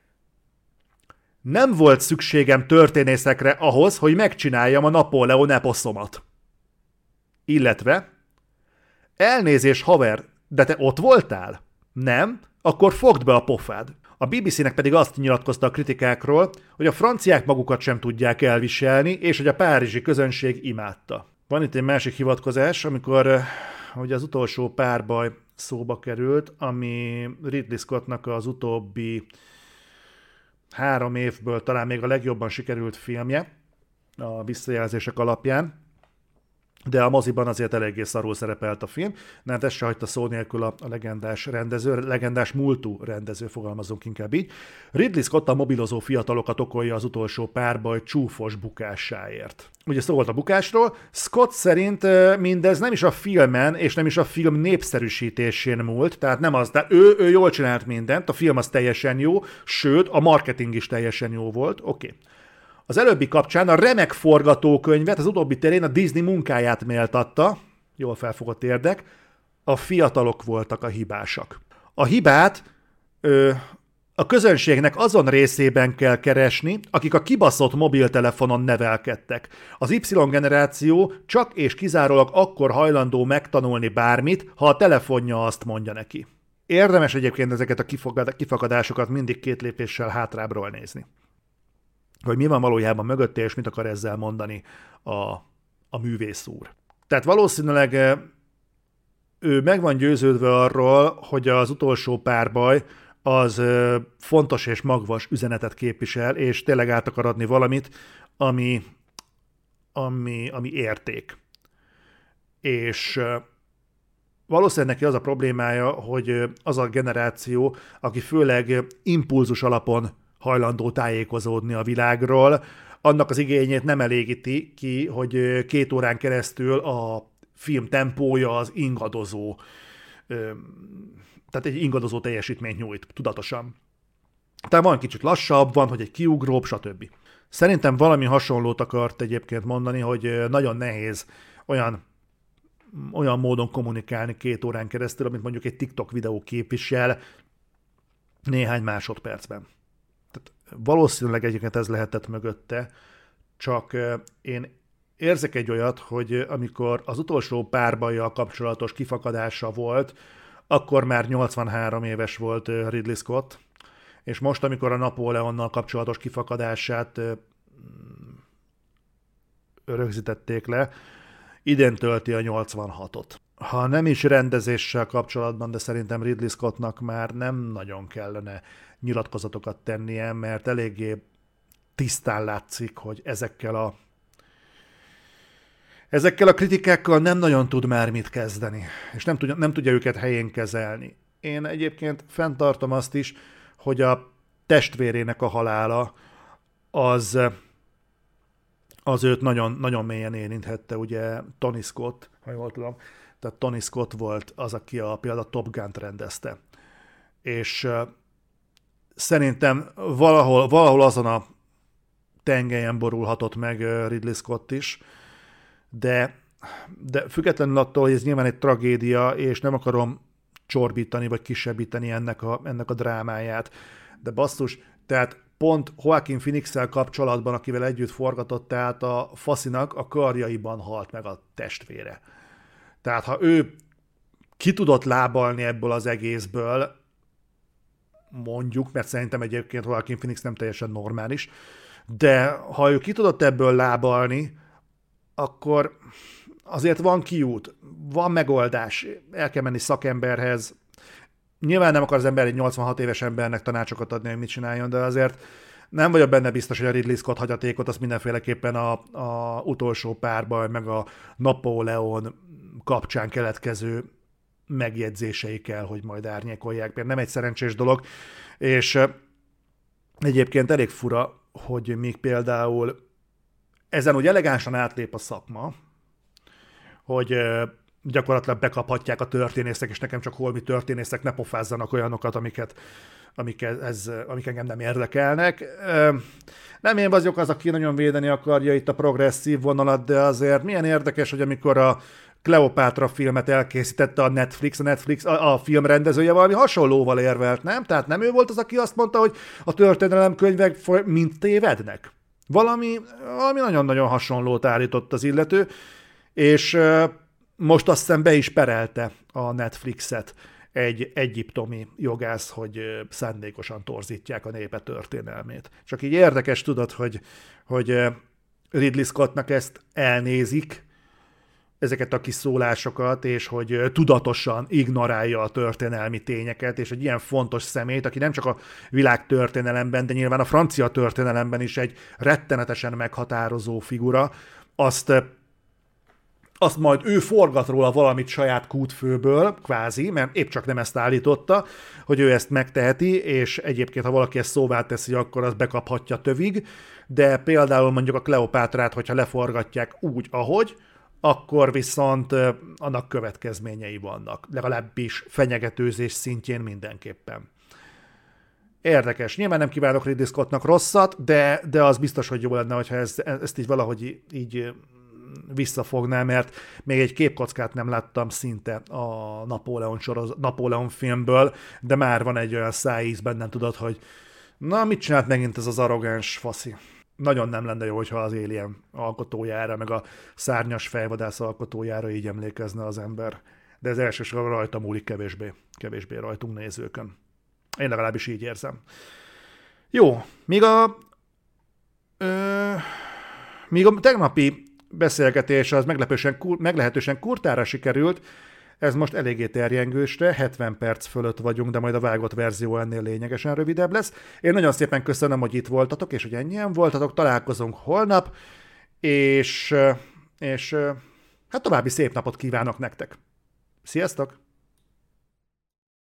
Nem volt szükségem történészekre ahhoz, hogy megcsináljam a Napóleon eposzomat. Illetve, elnézés haver, de te ott voltál? Nem? Akkor fogd be a pofád. A BBC-nek pedig azt nyilatkozta a kritikákról, hogy a franciák magukat sem tudják elviselni, és hogy a párizsi közönség imádta. Van itt egy másik hivatkozás, amikor ugye az utolsó párbaj szóba került, ami Ridley Scottnak az utóbbi 3 évből talán még a legjobban sikerült filmje a visszajelzések alapján, de a moziban azért eléggé szarul szerepelt a film, de hát ezt se hagyta szó nélkül a legendás rendező, legendás múltú rendező, fogalmazunk inkább így. Ridley Scott a mobilozó fiatalokat okolja az utolsó párbaj csúfos bukásáért. Ugye szó volt a bukásról, Scott szerint mindez nem is a filmen és nem is a film népszerűsítésén múlt, tehát nem az, de ő jól csinált mindent, a film az teljesen jó, sőt, a marketing is teljesen jó volt, oké. Az előbbi kapcsán a remek forgatókönyvet, az utóbbi terén a Disney munkáját méltatta, jól felfogott érdek, a fiatalok voltak a hibásak. A hibát a közönségnek azon részében kell keresni, akik a kibaszott mobiltelefonon nevelkedtek. Az Y-generáció csak és kizárólag akkor hajlandó megtanulni bármit, ha a telefonja azt mondja neki. Érdemes egyébként ezeket a kifakadásokat mindig 2 lépéssel hátrábbról nézni. Hogy mi van valójában mögötte, és mit akar ezzel mondani a művész úr. Tehát valószínűleg ő meg van győződve arról, hogy az utolsó párbaj az fontos és magvas üzenetet képvisel, és tényleg át akar adni valamit, ami érték. És valószínűleg neki az a problémája, hogy az a generáció, aki főleg impulzus alapon hajlandó tájékozódni a világról, annak az igényét nem elégíti ki, hogy 2 órán keresztül a film tempója az ingadozó, tehát egy ingadozó teljesítményt nyújt, tudatosan. Tehát van kicsit lassabb, van, hogy egy kiugróbb, stb. Szerintem valami hasonlót akart egyébként mondani, hogy nagyon nehéz olyan módon kommunikálni 2 órán keresztül, amit mondjuk egy TikTok videó képvisel néhány másodpercben. Tehát valószínűleg egyébként ez lehetett mögötte, csak én érzek egy olyat, hogy amikor az utolsó párbajjal kapcsolatos kifakadása volt, akkor már 83 éves volt Ridley Scott, és most, amikor a Napóleonnal kapcsolatos kifakadását rögzítették le, idén tölti a 86-ot. Ha nem is rendezéssel kapcsolatban, de szerintem Ridley Scottnak már nem nagyon kellene nyilatkozatokat tennie, mert eléggé tisztán látszik, hogy ezekkel a kritikákkal nem nagyon tud már mit kezdeni, és nem tudja őket helyén kezelni. Én egyébként fenntartom azt is, hogy a testvérének a halála az őt nagyon, nagyon mélyen érinthette, ugye Tony Scott, ha jól tudom, tehát Tony Scott volt az, aki például a Top Gun-t rendezte. És szerintem valahol azon a tengelyen borulhatott meg Ridley Scott is, de függetlenül attól, hogy ez nyilván egy tragédia, és nem akarom csorbítani, vagy kisebbíteni ennek a drámáját, de basszus, tehát pont Joaquin Phoenix-szel kapcsolatban, akivel együtt forgatott, tehát a faszinak a karjaiban halt meg a testvére. Tehát ha ő ki tudott lábalni ebből az egészből, mondjuk, mert szerintem egyébként Joaquin Phoenix nem teljesen normális, de ha ő ki tudott ebből lábalni, akkor azért van kiút, van megoldás, el kell menni szakemberhez. Nyilván nem akar az ember egy 86 éves embernek tanácsokat adni, hogy mit csináljon, de azért nem vagyok benne biztos, hogy a Ridley Scott hagyatékot azt mindenféleképpen a utolsó párbaj, meg a Napóleon kapcsán keletkező megjegyzései kell, hogy majd árnyékolják, mert nem egy szerencsés dolog, és egyébként elég fura, hogy még például ezen úgy elegánsan átlép a szakma, hogy gyakorlatilag bekaphatják a történészek, és nekem csak holmi történészek ne pofázzanak olyanokat, amik engem nem érdekelnek. Nem én vagyok az, aki nagyon védeni akarja itt a progresszív vonalat, de azért milyen érdekes, hogy amikor a Kleopátra filmet elkészítette a Netflix a filmrendezője valami hasonlóval érvelt, nem? Tehát nem ő volt az, aki azt mondta, hogy a történelemkönyvek mind tévednek. Valami nagyon-nagyon hasonlót állított az illető, és most azt hiszem be is perelte a Netflixet egy egyiptomi jogász, hogy szándékosan torzítják a népe történelmét. Csak így érdekes, tudod, hogy Ridley Scottnak ezt elnézik, ezeket a kis szólásokat, és hogy tudatosan ignorálja a történelmi tényeket, és egy ilyen fontos szemét, aki nem csak a világ történelemben, de nyilván a francia történelemben is egy rettenetesen meghatározó figura, azt majd ő forgat róla valamit saját kútfőből, kvázi, mert épp csak nem ezt állította, hogy ő ezt megteheti, és egyébként, ha valaki ezt szóvá teszi, akkor az bekaphatja tövig, de például mondjuk a Kleopátrát, hogyha leforgatják úgy, ahogy, akkor viszont annak következményei vannak, legalábbis fenyegetőzés szintjén mindenképpen. Érdekes. Nyilván nem kívánok Ridley Scottnak rosszat, de az biztos, hogy jó lenne, hogyha ezt így valahogy így visszafogná, mert még egy képkockát nem láttam szinte a Napóleon filmből, de már van egy olyan szájíz bennem, tudod, hogy na, mit csinált megint ez az arrogáns faszi? Nagyon nem lenne jó, hogyha az Alien alkotójára, meg a szárnyas fejvadász alkotójára így emlékezne az ember. De ez elsősorban rajta múlik, kevésbé rajtunk nézőkön. Én legalábbis így érzem. Jó, míg a tegnapi beszélgetés az meglehetősen kurtára sikerült, ez most eléggé terjengősre, 70 perc fölött vagyunk, de majd a vágott verzió ennél lényegesen rövidebb lesz. Én nagyon szépen köszönöm, hogy itt voltatok, és hogy ennyien voltatok, találkozunk holnap, és hát további szép napot kívánok nektek. Sziasztok!